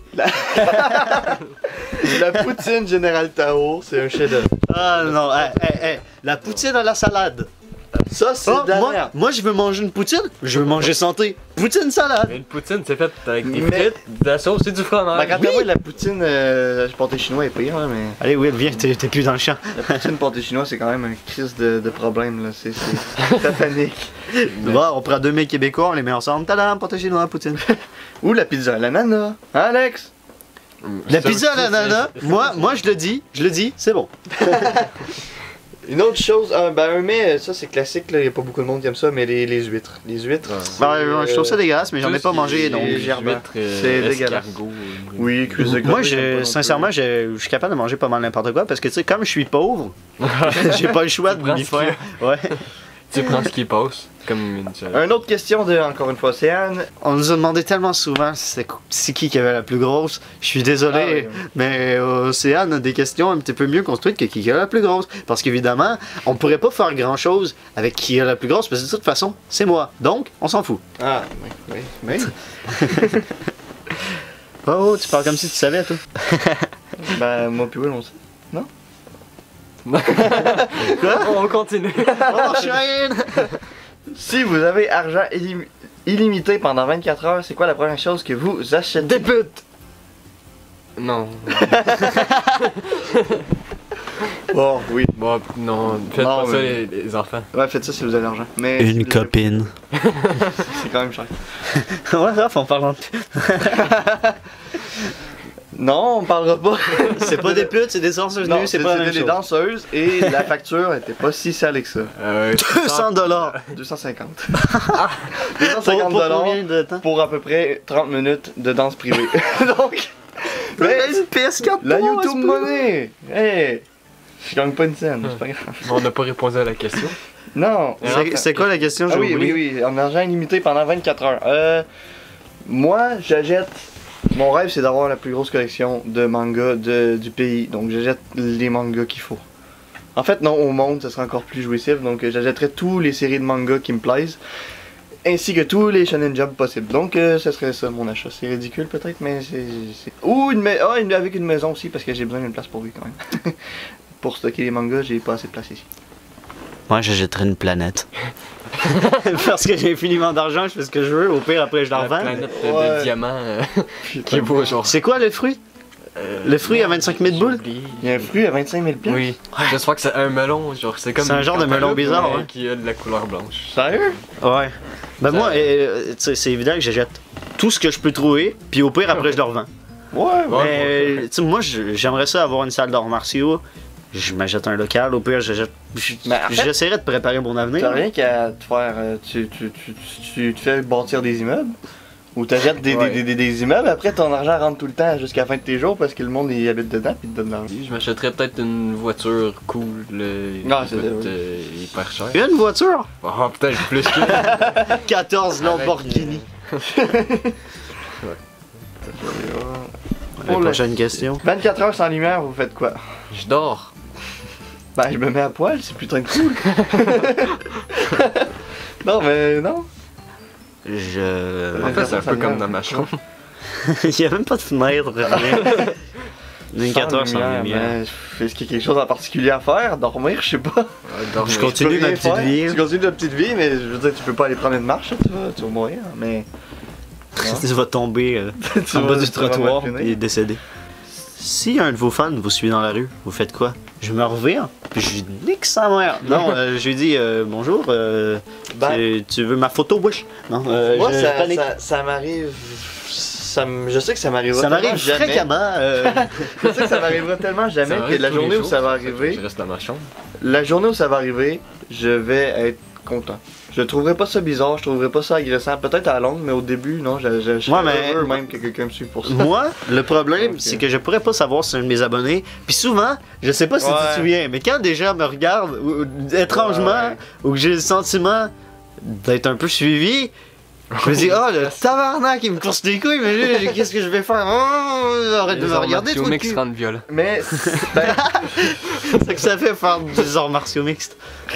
La poutine Général Tao, c'est un chef-d'œuvre. Ah non, la poutine à la salade. Ça, c'est Ah, de la merde. moi, je veux manger une poutine, je veux manger santé. Poutine salade. une poutine, c'est fait avec des Mais- frites, de la sauce et du Ben, fromage. quand t'as la poutine pâté chinois est pire, hein, mais Allez, Will, viens, t'es plus dans le champ. la poutine pâté chinois, c'est quand même un crise de problème, là. C'est satanique. Bon, on prend 2 mets québécois, on les met ensemble. Tadam, pâté chinois, poutine. Ou la pizza à l'ananas. Hein, Alex? La pizza à l'ananas, moi, je le dis, c'est bon. Une autre chose, un mets, ça c'est classique, là, y a pas beaucoup de monde qui aime ça, mais les huîtres. Les huîtres. c'est, Je trouve ça dégueulasse, mais j'en ai pas mangé, donc. les gerbes. C'est dégueulasse. Oui, cuisse de Moi, grenouille, j'aime pas non sincèrement, plus. je suis capable de manger pas mal n'importe quoi parce que, tu sais, comme je suis pauvre, j'ai pas le choix de prends m'y ce qu'il y faire. Ouais. Tu prends ce qui passe, comme une seule. Une autre question de, encore une fois, Océane. On nous a demandé tellement souvent c'est qui avait la plus grosse. Je suis désolé, Ah oui, oui. mais Océane a des questions un petit peu mieux construites que qui a la plus grosse. Parce qu'évidemment, on pourrait pas faire grand chose avec qui a la plus grosse parce que de toute façon, c'est moi. Donc, on s'en fout. Ah, oui. Oh, tu parles comme si tu savais, toi. Ben, moi puis Will, on sait. On continue. On enchaîne! Si vous avez argent illimité pendant 24 heures, c'est quoi la première chose que vous achetez? Des putes! Non. Bon, oui. Bon, non, faites Non, pas ça mais- les enfants. Ouais, faites ça si vous avez l'argent. Mais Une copine. c'est quand même cher. Ouais, Raph, on parle en... Non, on parlera pas. C'est pas des putes, c'est des danseuses Non, nues, c'est pas la même c'était des chose. danseuses et la facture était pas si salée que ça. 200 dollars. 250. Pour 250 combien de temps? pour à peu près 30 minutes de danse privée. Donc, mais une PS4 la Pro, YouTube c'est pas- Money! Hey! Je gagne pas une scène, c'est pas grave. On n'a pas répondu à la question. Non! C'est quoi la question? Ah j'ai oui, oublié? oui, oui, en argent illimité pendant 24 heures. Moi, j'achète. Mon rêve, c'est d'avoir la plus grosse collection de mangas du pays. Donc, j'achète les mangas qu'il faut. En fait, non, au monde, ça serait encore plus jouissif. Donc, j'achèterais toutes les séries de mangas qui me plaisent. Ainsi que tous les shonen jump possibles. Donc, ce serait ça mon achat. C'est ridicule peut-être, mais c'est. Ou avec une maison aussi, parce que j'ai besoin d'une place pour lui quand même. Pour stocker les mangas, j'ai pas assez de place ici. Moi, j'achèterais une planète. Parce que j'ai infiniment d'argent, je fais ce que je veux. Au pire, après, je la La revends. planète Ouais. de diamants qui vaut genre. C'est quoi le fruit? Le fruit à 25 000 boules? Il y a un fruit à 25 000 piastres. Oui, je crois que c'est un melon, genre c'est comme. C'est un une genre de melon cantaloupe, bizarre, mais ouais. qui a de la couleur blanche. Sérieux? Ouais. Ben Ça- moi, tu sais, c'est évident que j'achète tout ce que je peux trouver, puis au pire, après, je le revends. Ouais, Ouais. Mais, tu sais, moi, j'aimerais ça avoir une salle d'arts martiaux. Je m'achète un local, au pire, Mais en fait- j'essaierai de préparer mon avenir. T'as rien qu'à te faire. Tu te fais bâtir des immeubles. Ou t'achètes des immeubles, après ton argent rentre tout le temps jusqu'à la fin de tes jours parce que le monde y habite dedans puis te donne de l'argent. Je m'achèterais peut-être une voiture cool, Non, c'est coûte, hyper cher. Une voiture? Ah, peut-être plus que. 14 Lamborghini. Pour le- Prochaine question. 24 heures sans lumière, vous faites quoi? Je dors. Ben, je me mets à poil, c'est putain de cool. Non, mais non. En fait, c'est un peu comme dans ma chambre. Il y a même pas de fenêtre, rien. 24 heures sans lumière. Ben, est-ce qu'il y a quelque chose en particulier à faire? Dormir, je sais pas. Dormir. Je continue Tu peux ma rien petite faire. vie. Tu continues ta petite vie, mais je veux dire, tu peux pas aller prendre une marche, tu vas mourir, mais. Tu vas tomber Tu en vas- bas du tu vas trottoir mal finir. et décéder. Si un de vos fans vous suit dans la rue, vous faites quoi? Je me revire, puis je lui nique sa mère. Non, je lui dis bonjour, Ben- tu veux ma photo, wesh? Non, Moi, je panique. ça m'arrive. Je sais que ça m'arrivera Ça tellement m'arrive jamais. fréquemment. Je sais que ça m'arrivera tellement Ça jamais que m'arrive la tous les journée où jours, ça va c'est pour que arriver, Je reste dans ma chambre. la journée où ça va arriver, je vais être content. Je trouverai pas ça bizarre, je trouverai pas ça agressant. Peut-être à la longue, mais au début, non, je serais Ouais, mais- heureux même que quelqu'un me suive pour ça. Moi, le problème, Ok. c'est que je pourrais pas savoir si c'est un de mes abonnés. Puis souvent, je sais pas si tu Ouais. te souviens, mais quand des gens me regardent, étrangement, Ouais. ou que j'ai le sentiment d'être un peu suivi, je me dis, oh le tabarnak, il me course les couilles, mais qu'est-ce que je vais faire? Oh, arrête de me regarder, toi, mix cul. rendent violent. Mais, ben, C'est que ça fait faire des arts martiaux mixtes.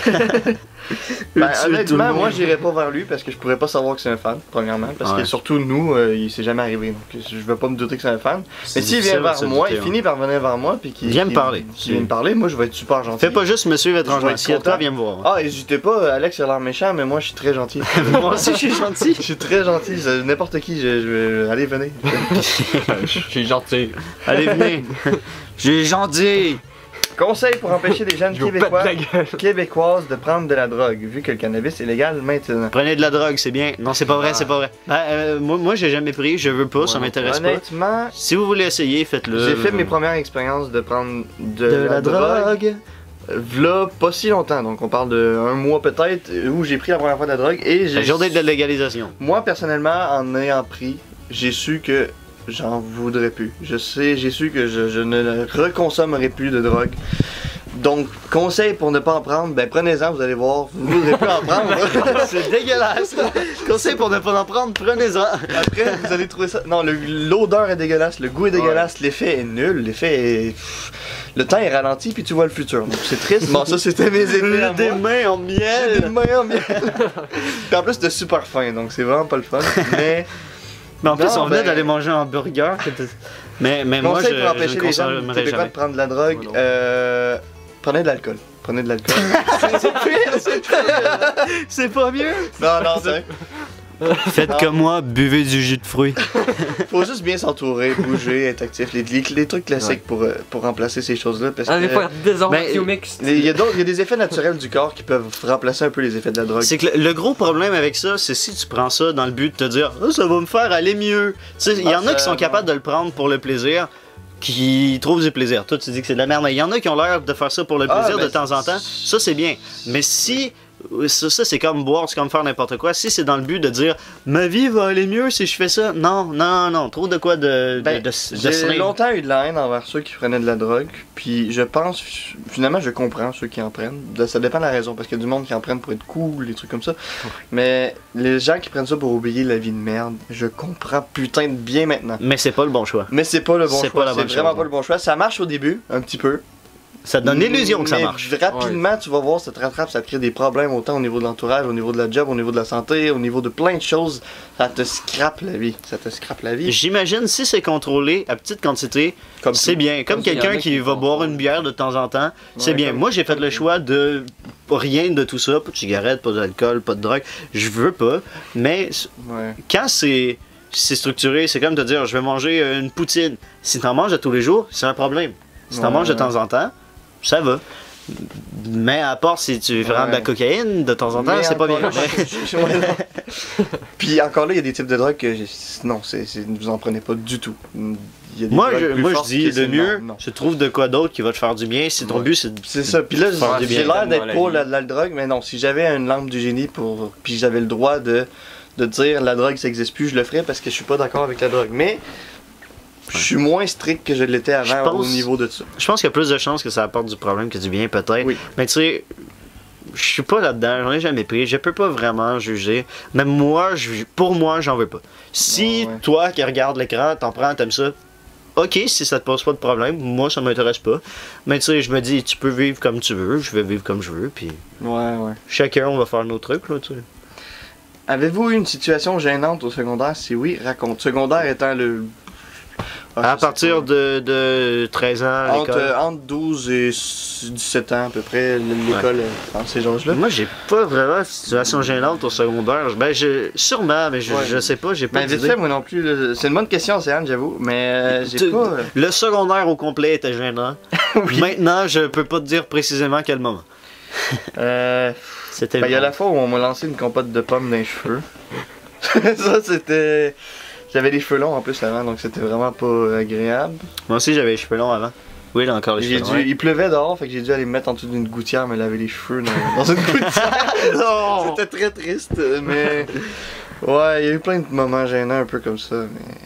ben, Tuer tout le honnêtement, monde. moi j'irai pas vers lui parce que je pourrais pas savoir que c'est un fan, premièrement. Parce Ouais. que surtout nous, il s'est jamais arrivé. Donc je vais pas me douter que c'est un fan. Mais s'il vient vers moi, il finit par venir vers moi, puis qu'il Viens me parler. S'il vient me parler, moi je vais être super gentil. Fais pas juste me suivre Je vais étrangement. être Si à toi, content. viens me voir. Ah, hésitez pas, Alex a l'air méchant, mais moi je suis très gentil. Moi aussi, je suis gentil. Je suis très gentil, n'importe qui, allez, venez. Je suis gentil. Allez, venez. J'ai gentil. Conseil pour empêcher les jeunes Je vous pète la gueule. québécoises de prendre de la drogue, vu que le cannabis est légal maintenant. Prenez de la drogue, c'est bien. Non, c'est pas vrai, Ah. c'est pas vrai. Ben, moi, j'ai jamais pris, je veux pas, ça Moi, m'intéresse pas. Honnêtement, Si vous voulez essayer, faites-le. j'ai fait mes premières expériences de prendre de, de la drogue. V'là pas si longtemps, donc on parle de un mois peut-être, où j'ai pris la première fois de la drogue et La j'ai. journée de la légalisation. Moi personnellement, en ayant pris, j'ai su que j'en voudrais plus. J'ai su que je ne reconsommerai plus de drogue. Donc, conseil pour ne pas en prendre, ben prenez-en, vous allez voir, vous ne voudrez plus en prendre. C'est dégueulasse. Conseil pour ne pas en prendre, prenez-en. Après, vous allez trouver ça. Non, l'odeur est dégueulasse, le goût est dégueulasse, l'effet est nul, l'effet est. Pff, le temps est ralenti, puis tu vois le futur. Donc c'est triste. Bon, ça c'était mes effets. à Des moi. mains en Des miel. mains en miel. Puis en plus, c'était super fin, donc c'est vraiment pas le fun. Mais. Mais en plus, Non, on venait ben- d'aller manger un hamburger. Mais moi, Conseil pour je empêcher ne les gens consommerai québécois jamais. de prendre de la drogue, Moi non. prenez de l'alcool. Prenez de l'alcool. C'est pas mieux. non, non, c'est. Faites comme moi, buvez du jus de fruits. Faut juste bien s'entourer, bouger, être actif, les trucs classiques pour remplacer ces choses-là. Parce Allez que faire des arts ben, martiaux mixtes. il y a des effets naturels du corps qui peuvent remplacer un peu les effets de la drogue. C'est que le gros problème avec ça, c'est si tu prends ça dans le but de te dire ah, ça va me faire aller mieux. Tu sais, il y en a qui sont capables de le prendre pour le plaisir, qui trouvent du plaisir. Toi, tu dis que c'est de la merde, mais il y en a qui ont l'air de faire ça pour le plaisir de temps en temps. Ça, c'est bien. Mais si. Ça c'est comme boire, c'est comme faire n'importe quoi. Si c'est dans le but de dire ma vie va aller mieux si je fais ça, non. Trop de quoi de j'ai longtemps eu de la haine envers ceux qui prenaient de la drogue. Puis je pense, finalement, je comprends ceux qui en prennent. Ça dépend de la raison, parce qu'il y a du monde qui en prennent pour être cool, des trucs comme ça. Mais les gens qui prennent ça pour oublier la vie de merde, je comprends putain de bien maintenant. Mais c'est pas le bon choix. Mais c'est pas le bon C'est choix. pas la bonne C'est vraiment chose. pas le bon choix. Ça marche au début, un petit peu. Ça te donne l'illusion que ça Mais marche. rapidement, tu vas voir, ça te rattrape, ça te crée des problèmes autant au niveau de l'entourage, au niveau de la job, au niveau de la santé, au niveau de plein de choses. Ça te scrape la vie. Ça te scrape la vie. J'imagine si c'est contrôlé à petite quantité, Comme c'est tout. bien. Comme il y en quelqu'un a qui qui va font boire ça. une bière de temps en temps, c'est Ouais, bien. comme- Moi, j'ai fait comme le tout. choix de rien de tout ça, pas de cigarettes, pas d'alcool, pas de drogue. Je veux pas. Mais Ouais. quand c'est structuré, c'est comme de dire je vais manger une poutine. Si t'en manges à tous les jours, c'est un problème. Si t'en Ouais, manges de ouais. temps en temps, ça va. Mais à part si tu prends de la Ouais. cocaïne de temps en temps, Mais c'est pas encore bien. là, ouais, non. Puis encore là, il y a des types de drogues que non, vous en prenez pas du tout. Il y a des Moi, drogues plus je fortes dis que le c'est mieux, non. tu trouves de quoi d'autre qui va te faire du bien. Si ton Ouais. but c'est de. C'est ça. Puis là, Faire du j'ai bien. l'air d'être Donne-moi pour la la drogue, mais non. Si j'avais une lampe du génie puis j'avais le droit de dire la drogue ça existe plus, je le ferais parce que je suis pas d'accord avec la drogue. Mais je suis moins strict que je l'étais avant Je pense- au niveau de ça. Je pense qu'il y a plus de chances que ça apporte du problème que du bien, peut-être. Oui. Mais tu sais, je suis pas là-dedans, j'en ai jamais pris, je peux pas vraiment juger. Même moi, pour moi, j'en veux pas. Si Ouais. toi qui regardes l'écran, t'en prends, t'aimes ça, ok, si ça te pose pas de problème, moi ça m'intéresse pas. Mais tu sais, je me dis, tu peux vivre comme tu veux, je vais vivre comme je veux, puis Ouais. chacun, on va faire nos trucs, là, tu sais. Avez-vous eu une situation gênante au secondaire? Si oui, raconte. Secondaire étant le. Ah, À je sais partir pas. de 13 ans à l'école. Entre 12 et 17 ans à peu près, l'école, dans ces âges-là. Moi, j'ai pas vraiment de situation gênante au secondaire. Ben, sûrement, mais Ouais. je sais pas, j'ai pas Mais vite d'idée. fait, moi non plus. là. C'est une bonne question, Océane, j'avoue. Mais j'ai pas. Le secondaire au complet était gênant. Maintenant, je peux pas te dire précisément quel moment. C'était Ben, il y a la fois où on m'a lancé une compote de pommes dans les cheveux. Ça, c'était. J'avais les cheveux longs en plus avant, donc c'était vraiment pas agréable. Moi aussi, j'avais les cheveux longs avant. Oui, là encore les J'ai cheveux dû... longs. Il pleuvait dehors, fait que j'ai dû aller me mettre en dessous d'une gouttière, me laver les cheveux dans une gouttière. Non! C'était très triste, mais. Ouais, il y a eu plein de moments gênants un peu comme ça, mais.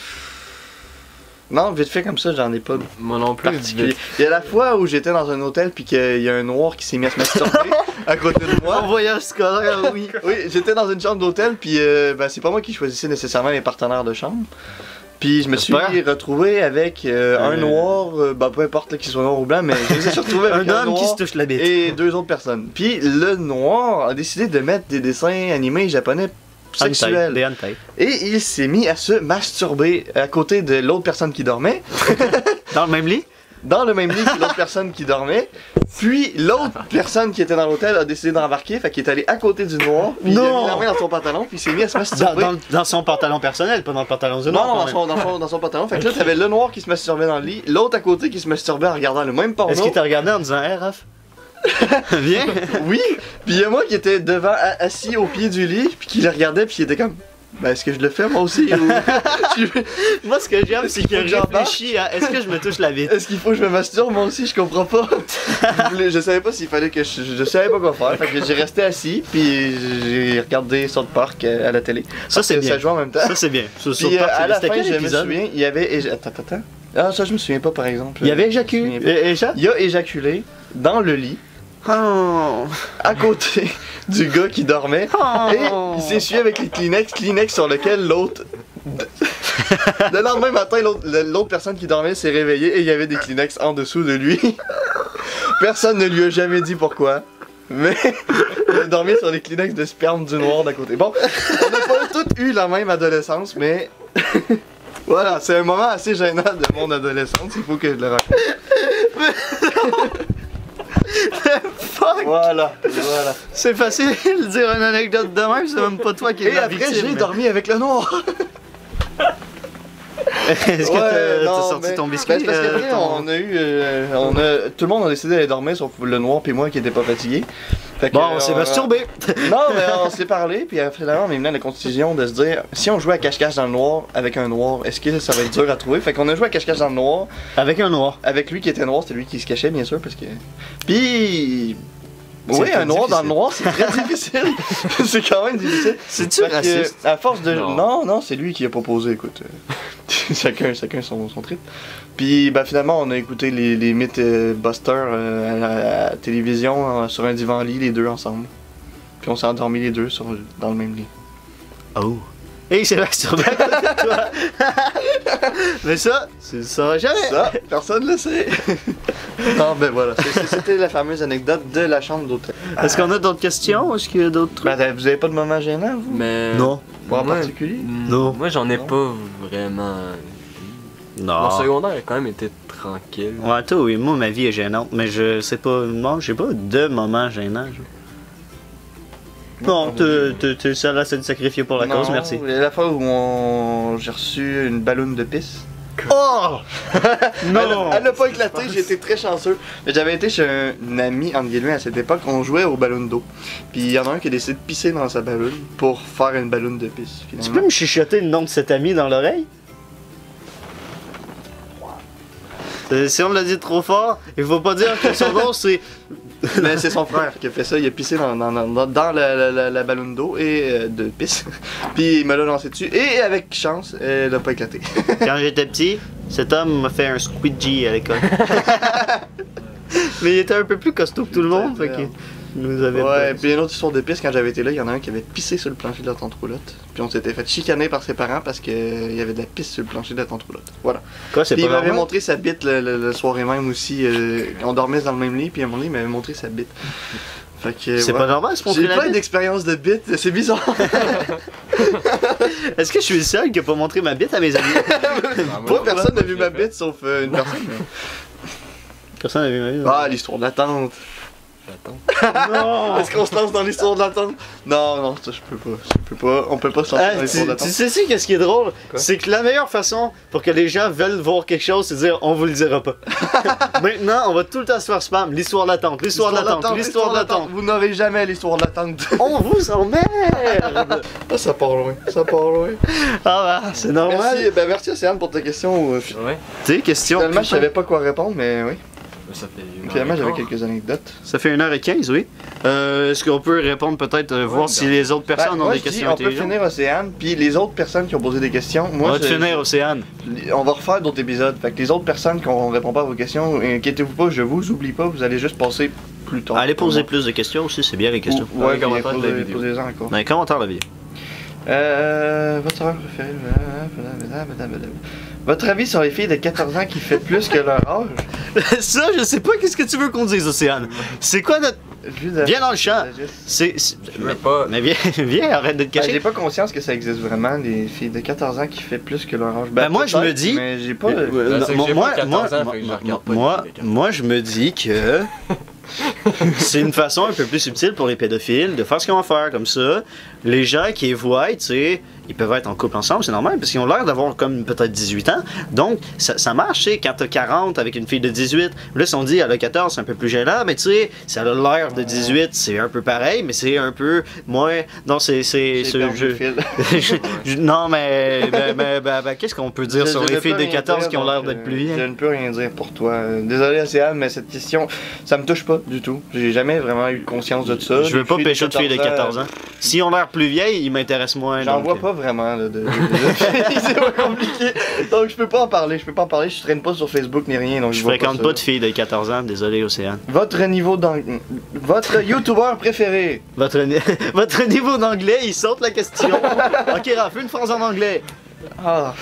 Non, vite fait comme ça, j'en ai pas de Moi non plus. particulier. Il y a la fois où j'étais dans un hôtel puis qu'il y a un noir qui s'est mis à se masturber à côté de En moi. voyage scolaire, oui. Oui, j'étais dans une chambre d'hôtel puis ben, c'est pas moi qui choisissais nécessairement les partenaires de chambre. Puis je me suis J'espère. retrouvé avec un noir, ben, peu importe là, qu'il soit noir ou blanc, mais je me suis retrouvé avec Un homme qui noir se touche la bite. et deux autres personnes. Puis le noir a décidé de mettre des dessins animés japonais sexuels. Des hentai. Et il s'est mis à se masturber à côté de l'autre personne qui dormait. Dans le même lit? Dans le même lit que l'autre personne qui dormait. Puis l'autre personne qui était dans l'hôtel a décidé d'embarquer, fait qu'il est allé à côté du noir, puis il a Non! mis la main dans son pantalon, puis il s'est mis à se masturber. Dans son pantalon personnel, pas dans le pantalon du noir. Non, quand même. dans son pantalon. Fait que là, t'avais le noir qui se masturbait dans le lit, l'autre à côté qui se masturbait en regardant le même porno. Est-ce qu'il t'a regardé en disant Hey, Raph? Viens? Oui! Puis il y a moi qui était devant, assis au pied du lit, puis qui le regardait, puis il était comme. Ben, est-ce que je le fais moi aussi ou... Moi, ce que j'aime, c'est qu'il Faut que j'en réfléchit à est-ce que je me touche la bite? Est-ce qu'il faut que je me masturbe moi aussi? Je comprends pas. Je savais pas s'il fallait que je savais pas quoi faire. Fait que j'ai resté assis, puis j'ai regardé South Park à la télé. Ça, c'est Parce que bien. Ça jouait en même temps. Ça, c'est bien. Sur Puis Park, à la c'était fin, quel je me épisode? souviens, il y avait. Attends. Ah, ça, je me souviens pas par exemple. Il y avait Je me souviens pas. éjaculé. Il a éjaculé dans le lit, Oh. à côté du gars qui dormait. Et il s'est essuyé avec les Kleenex sur lequel l'autre. Le lendemain matin, l'autre personne qui dormait s'est réveillée et il y avait des Kleenex en dessous de lui. Personne ne lui a jamais dit pourquoi. Mais il a dormi sur les Kleenex de sperme du noir d'à côté. Bon, on n'a pas toutes eu la même adolescence, mais. Voilà, c'est un moment assez gênant de mon adolescence, il faut que je le raconte. fuck? Voilà. C'est facile de dire une anecdote de même, c'est même pas toi qui es Et la après, victime. j'ai dormi avec le noir. Est-ce que t'as sorti ton biscuit? Parce qu'après, tout le monde a décidé d'aller dormir, sauf le noir puis moi qui était pas fatigué. Fait que, Bon, on s'est masturbé. Non, mais on s'est parlé, puis finalement, on est venu à la conclusion de se dire si on jouait à cache-cache dans le noir avec un noir, est-ce que ça va être dur à trouver? Fait qu'on a joué à cache-cache dans le noir. Avec un noir. Avec lui qui était noir, c'était lui qui se cachait, bien sûr, parce que. Puis. Oui, C'est un noir difficile. dans le noir, c'est très difficile. C'est quand même difficile. C'est-tu Fait que, raciste? à force de. Non. Non, c'est lui qui a proposé, écoute. chacun son trip. Puis bah, finalement, on a écouté les Mythbusters à la télévision sur un divan-lit, les deux ensemble. Puis on s'est endormis les deux dans le même lit. Oh. Et il s'est masturbé à côté de toi. Mais ça, tu le sauras jamais. Ça, personne le sait. Non, ben voilà. C'était la fameuse anecdote de la chambre d'hôtel. Est-ce qu'on a d'autres questions? Est-ce qu'il y a d'autres trucs? Ben, vous avez pas de moment gênant, vous? Mais. Non. Pas en moi- particulier? Non. Moi, j'en ai Non. pas vraiment. Non. Mon secondaire a quand même été tranquille. Ouais, toi, oui, moi, ma vie est gênante, mais je sais pas, non, j'ai pas de moment gênant. Non, t'es le seul à se sacrifier pour la cause, merci. La fois où j'ai reçu une balloune de pisse. Oh! Non! Elle a pas éclaté, j'ai été très chanceux. Mais j'avais été chez un ami, entre guillemets, à cette époque, on jouait au ballon d'eau. Puis il y en a un qui a décidé de pisser dans sa balloune pour faire une balloune de pisse, Tu finalement. peux me chuchoter le nom de cet ami dans l'oreille? Si on l'a dit trop fort, il faut pas dire que son nom c'est. Mais c'est son frère qui a fait ça, il a pissé dans la balloune d'eau et de pisse. Puis il me l'a lancé dessus et avec chance, elle a pas éclaté. Quand j'étais petit, cet homme m'a fait un squeegee à l'école. Mais il était un peu plus costaud que tout le monde, fait que nous avait Ouais, pas- puis une autre histoire de pisse, quand j'avais été là, il y en a un qui avait pissé sur le plancher de la tente roulotte. Puis on s'était fait chicaner par ses parents parce qu'il y avait de la pisse sur le plancher de la tente roulotte. Voilà. Quoi, c'est Puis pas il m'avait normal? montré sa bite le soir même aussi. On dormait dans le même lit, puis à un moment donné, il m'avait montré sa bite. Fait que. C'est ouais. pas normal, se montrer J'ai la pas bite? d'expérience de bite, c'est bizarre. Est-ce que je suis le seul qui a pas montré ma bite à mes amis? Pas personne n'a vu ma bite sauf une personne. Personne n'a vu ma bite. Ah, l'histoire de la tente. Attends. Non! Est-ce qu'on se lance dans l'histoire de la tente? Non, ça je peux pas. On peut pas se lancer dans l'histoire de la tu tente. sais qu'est-ce qui est drôle? Quoi? C'est que la meilleure façon pour que les gens veulent voir quelque chose, c'est de dire on vous le dira pas. Maintenant, on va tout le temps se faire spam. L'histoire de la tente, l'histoire de la tente, l'histoire de la tente. Vous n'aurez jamais l'histoire de la tente. On vous emmerde! Ah, ça part loin, ça part loin. Ah bah, c'est normal. Merci Océane pour ta question. Ouais. Tu sais, question. Finalement, je savais pas quoi répondre, mais oui. Ça fait une Finalement, heure et j'avais quart. quelques anecdotes. Ça fait 1h15, oui. Est-ce qu'on peut répondre peut-être, voir si les autres personnes ont moi, des je dis, questions on peut intelligentes? finir Océane, puis les autres personnes qui ont posé des questions, On moi, va te finir, Océane. on va refaire d'autres épisodes. Fait que les autres personnes qu'on répond pas à vos questions, inquiétez-vous pas, je vous oublie pas, vous allez juste passer plus tard. Allez poser plus de questions aussi, c'est bien les questions. Ouais, les commentaires de la vidéo. posez-en encore. Dans les commentaires de la vidéo. Votre saveur préférée? Votre avis sur les filles de 14 ans qui fait plus que leur âge? Ça, je sais pas qu'est-ce que tu veux qu'on dise, Océane. C'est quoi notre. Viens dans le champ. C'est. Je veux pas. Mais viens, viens, arrête de te Ben, cacher. j'ai pas conscience que ça existe vraiment, les filles de 14 ans qui fait plus que leur âge. Ben, moi, je peut-être, me dis- Mais j'ai pas. Ouais, Ben, non, c'est que j'ai moi, pas 14 moi, ans, fait que je regarde pas moi, les filles de 14 ans. moi, je me dis que c'est une façon un peu plus subtile pour les pédophiles de faire ce qu'ils vont faire comme ça. Les gens qui les voient, tu sais, ils peuvent être en couple ensemble, c'est normal, parce qu'ils ont l'air d'avoir comme peut-être 18 ans. Donc, ça marche, tu sais, quand t'as 40 avec une fille de 18. Là, si on dit elle a 14, c'est un peu plus gênant, mais tu sais, ça a l'air de 18, c'est un peu pareil, mais c'est un peu moins. Non, c'est. J'ai perdu le fil. Non, mais. Qu'est-ce qu'on peut dire Je sur ne les peux filles de rien 14 dire, qui ont l'air donc, d'être plus Je vieilles? ne peux rien dire pour toi. Désolé, Océane, mais cette question, ça me touche pas du tout. J'ai jamais vraiment eu conscience de ça. Je veux Les pas filles pécho de filles de 14 ans. Si on l'air plus vieilles, ils m'intéressent moins. J'en donc, vois pas vraiment là, de filles, c'est pas compliqué. Donc je peux pas en parler, je traîne pas sur Facebook ni rien. Donc Je vois fréquente ça. pas de filles de 14 ans, désolé Océane. Votre niveau d'anglais. Votre youtubeur préféré. Votre, votre niveau d'anglais, il saute la question. Ok, Raph, une phrase en anglais. Ah.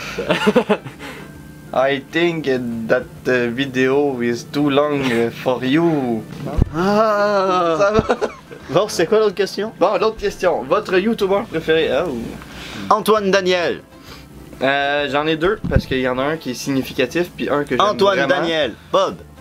I think that video is too long for you. Ah. Ça va? Bon, c'est quoi l'autre question? Bon, l'autre question. Votre youtubeur préféré. Oh. Antoine Daniel. J'en ai deux parce qu'il y en a un qui est significatif puis un que j'aime Antoine vraiment. Daniel. Bob.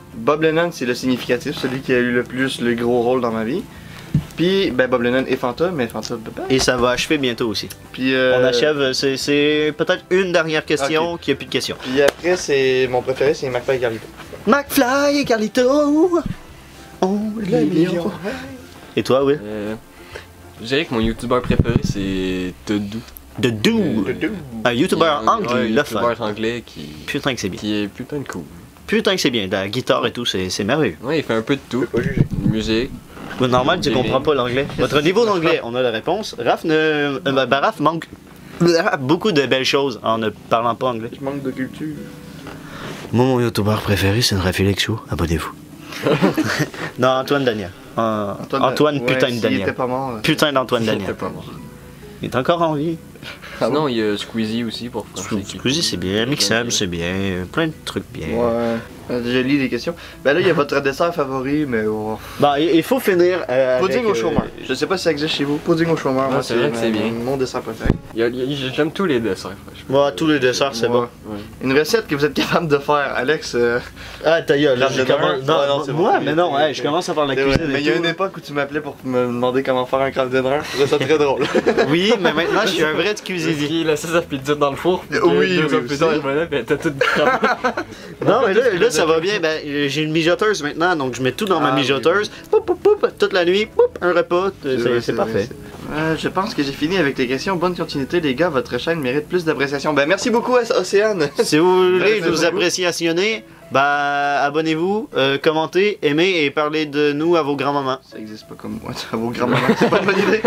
Bob Lennon, c'est le significatif, celui qui a eu le plus le gros rôle dans ma vie. Puis, ben, Bob Lennon et Fanta, mais Fanta, Et ça va achever bientôt aussi. Puis, On achève, c'est peut-être une dernière question, qu'il n'y a plus de questions. Puis après, c'est mon préféré, c'est McFly et Carlito. McFly et Carlito ont le million. Et toi, Will? Je dirais que mon youtubeur préféré c'est Tedou. The Dude. Un youtubeur anglais, le fun. Un youtubeur anglais Putain que c'est bien. qui est putain de cool. Putain que c'est bien. La guitare et tout, c'est merveilleux. Ouais, il fait un peu de tout. Pas jugé. Musique. Normal, tu comprends pas l'anglais. Votre niveau d'anglais, on a la réponse. Raph Raph manque beaucoup de belles choses en ne parlant pas anglais. Je manque de culture. Moi, mon youtubeur préféré, c'est Raph Félix Show. Abonnez-vous. Non, Antoine Daniel. Antoine putain de Il Daniel. était pas mort. Putain d'Antoine Il Daniel. était pas mort. Il est encore en vie. Sinon, il y a Squeezie aussi pour français. Squeezie, c'est bien. Mixem, c'est bien. Plein de trucs bien. Ouais. Je lis les questions. Ben là, il y a votre dessert favori, mais. Bon, il faut finir. Pudding au chômeur. Je sais pas si ça existe chez vous. Pudding au chômeur, Ah, moi, c'est vrai que c'est bien. mon dessert préféré. J'aime tous les desserts, franchement. Ouais, tous les desserts, c'est bon. Ouais. Une recette que vous êtes capable de faire, Alex. Ah, ta gueule, là, Ramener je commence. demain? Non, Ouais, non, c'est moi, bon. mais non, ouais, je commence à faire la C'est vrai. cuisine. Mais il y a une époque où tu m'appelais pour me demander comment faire un craft dinner. Je trouvais ça très drôle. Oui, mais maintenant, je suis un vrai cuisinier. Il laissait sa pizza dans le four. Puis Oui, deux oui, heures plus tard, il revenait, puis elle était toute cramée. Non, mais là, ça va bien. Ben, j'ai une mijoteuse maintenant, donc je mets tout dans ma Ah, mijoteuse. Poup, poup, poup, toute la nuit, poup, un repas. C'est parfait. Je pense que j'ai fini avec les questions. Bonne continuité, les gars. Votre chaîne mérite plus d'appréciation. Ben, merci beaucoup, Océane. Si vous voulez Merci nous beaucoup. appréciationner, bah abonnez-vous, commentez, aimez et parlez de nous à vos grands-mamans. Ça existe pas comme moi, à vos grands-mamans. C'est pas une bonne idée.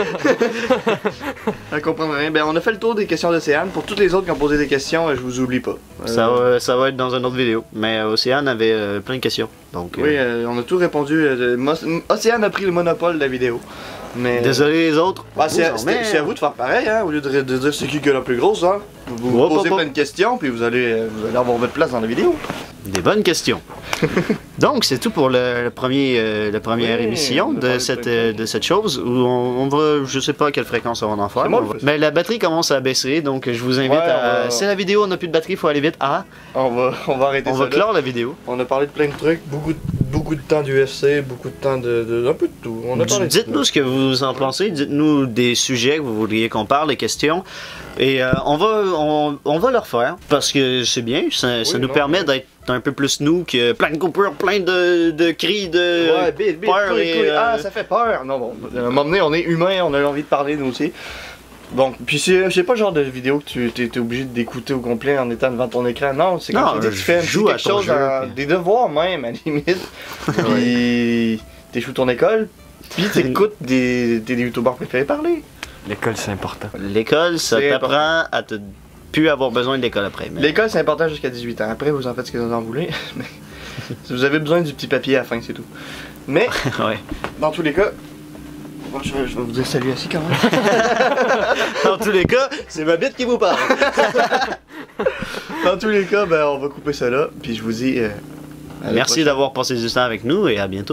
Elle comprend rien. Ben, on a fait le tour des questions d'Océane. Pour toutes les autres qui ont posé des questions, je vous oublie pas. Ça va être dans une autre vidéo. Mais Océane avait plein de questions. Donc, Oui, on a tout répondu. Océane a pris le monopole de la vidéo. Mais... désolé les autres. Bah, c'est Vous à vous de faire pareil, hein, au lieu de dire c'est qui est la plus grosse, hein. Vous Hop, posez hop, hop. plein de questions, puis vous allez avoir votre place dans la vidéo. Des bonnes questions. Donc, c'est tout pour la première Oui, émission on a parlé de cette chose où on va, je sais pas à quelle fréquence on va en faire. C'est moi le fais. Mais la batterie commence à baisser, donc je vous invite à. Si la vidéo on n'a plus de batterie, il faut aller vite. On va arrêter On ça va là. clore la vidéo. On a parlé de plein de trucs, beaucoup de temps d'UFC, beaucoup de temps un peu de tout. On a parlé de Dites-nous ce que vous en pensez, dites-nous des sujets que vous voudriez qu'on parle, des questions. Et on va le refaire parce que c'est bien, ça nous permet d'être un peu plus nous que plein de coupures, plein de cris de Ouais, bite, peur couille, et, couille. Ah, ça fait peur. Non, bon, à un moment donné, on est humain, on a envie de parler nous aussi. Bon, puis c'est pas le genre de vidéo que tu t'es obligé d'écouter au complet en étant devant ton écran. Non, c'est Non, quand tu fais joue à quelque ton chose, jeu, des devoirs même, à la limite. Puis t'échoues ton école, puis t'écoutes des youtubeurs préférés parler. L'école, c'est important. l'école, ça C'est t'apprend à te plus avoir besoin de l'école après. Mais... L'école, c'est important jusqu'à 18 ans. Après, vous en faites ce que vous en voulez. Mais si vous avez besoin du petit papier à la fin, c'est tout. Mais, ouais. dans tous les cas, bon, je vais vous dire salut ainsi quand même. Dans tous les cas, c'est ma bite qui vous parle. Dans tous les cas, ben, on va couper ça là. Puis je vous dis. à la Merci prochaine. d'avoir passé du temps avec nous et à bientôt.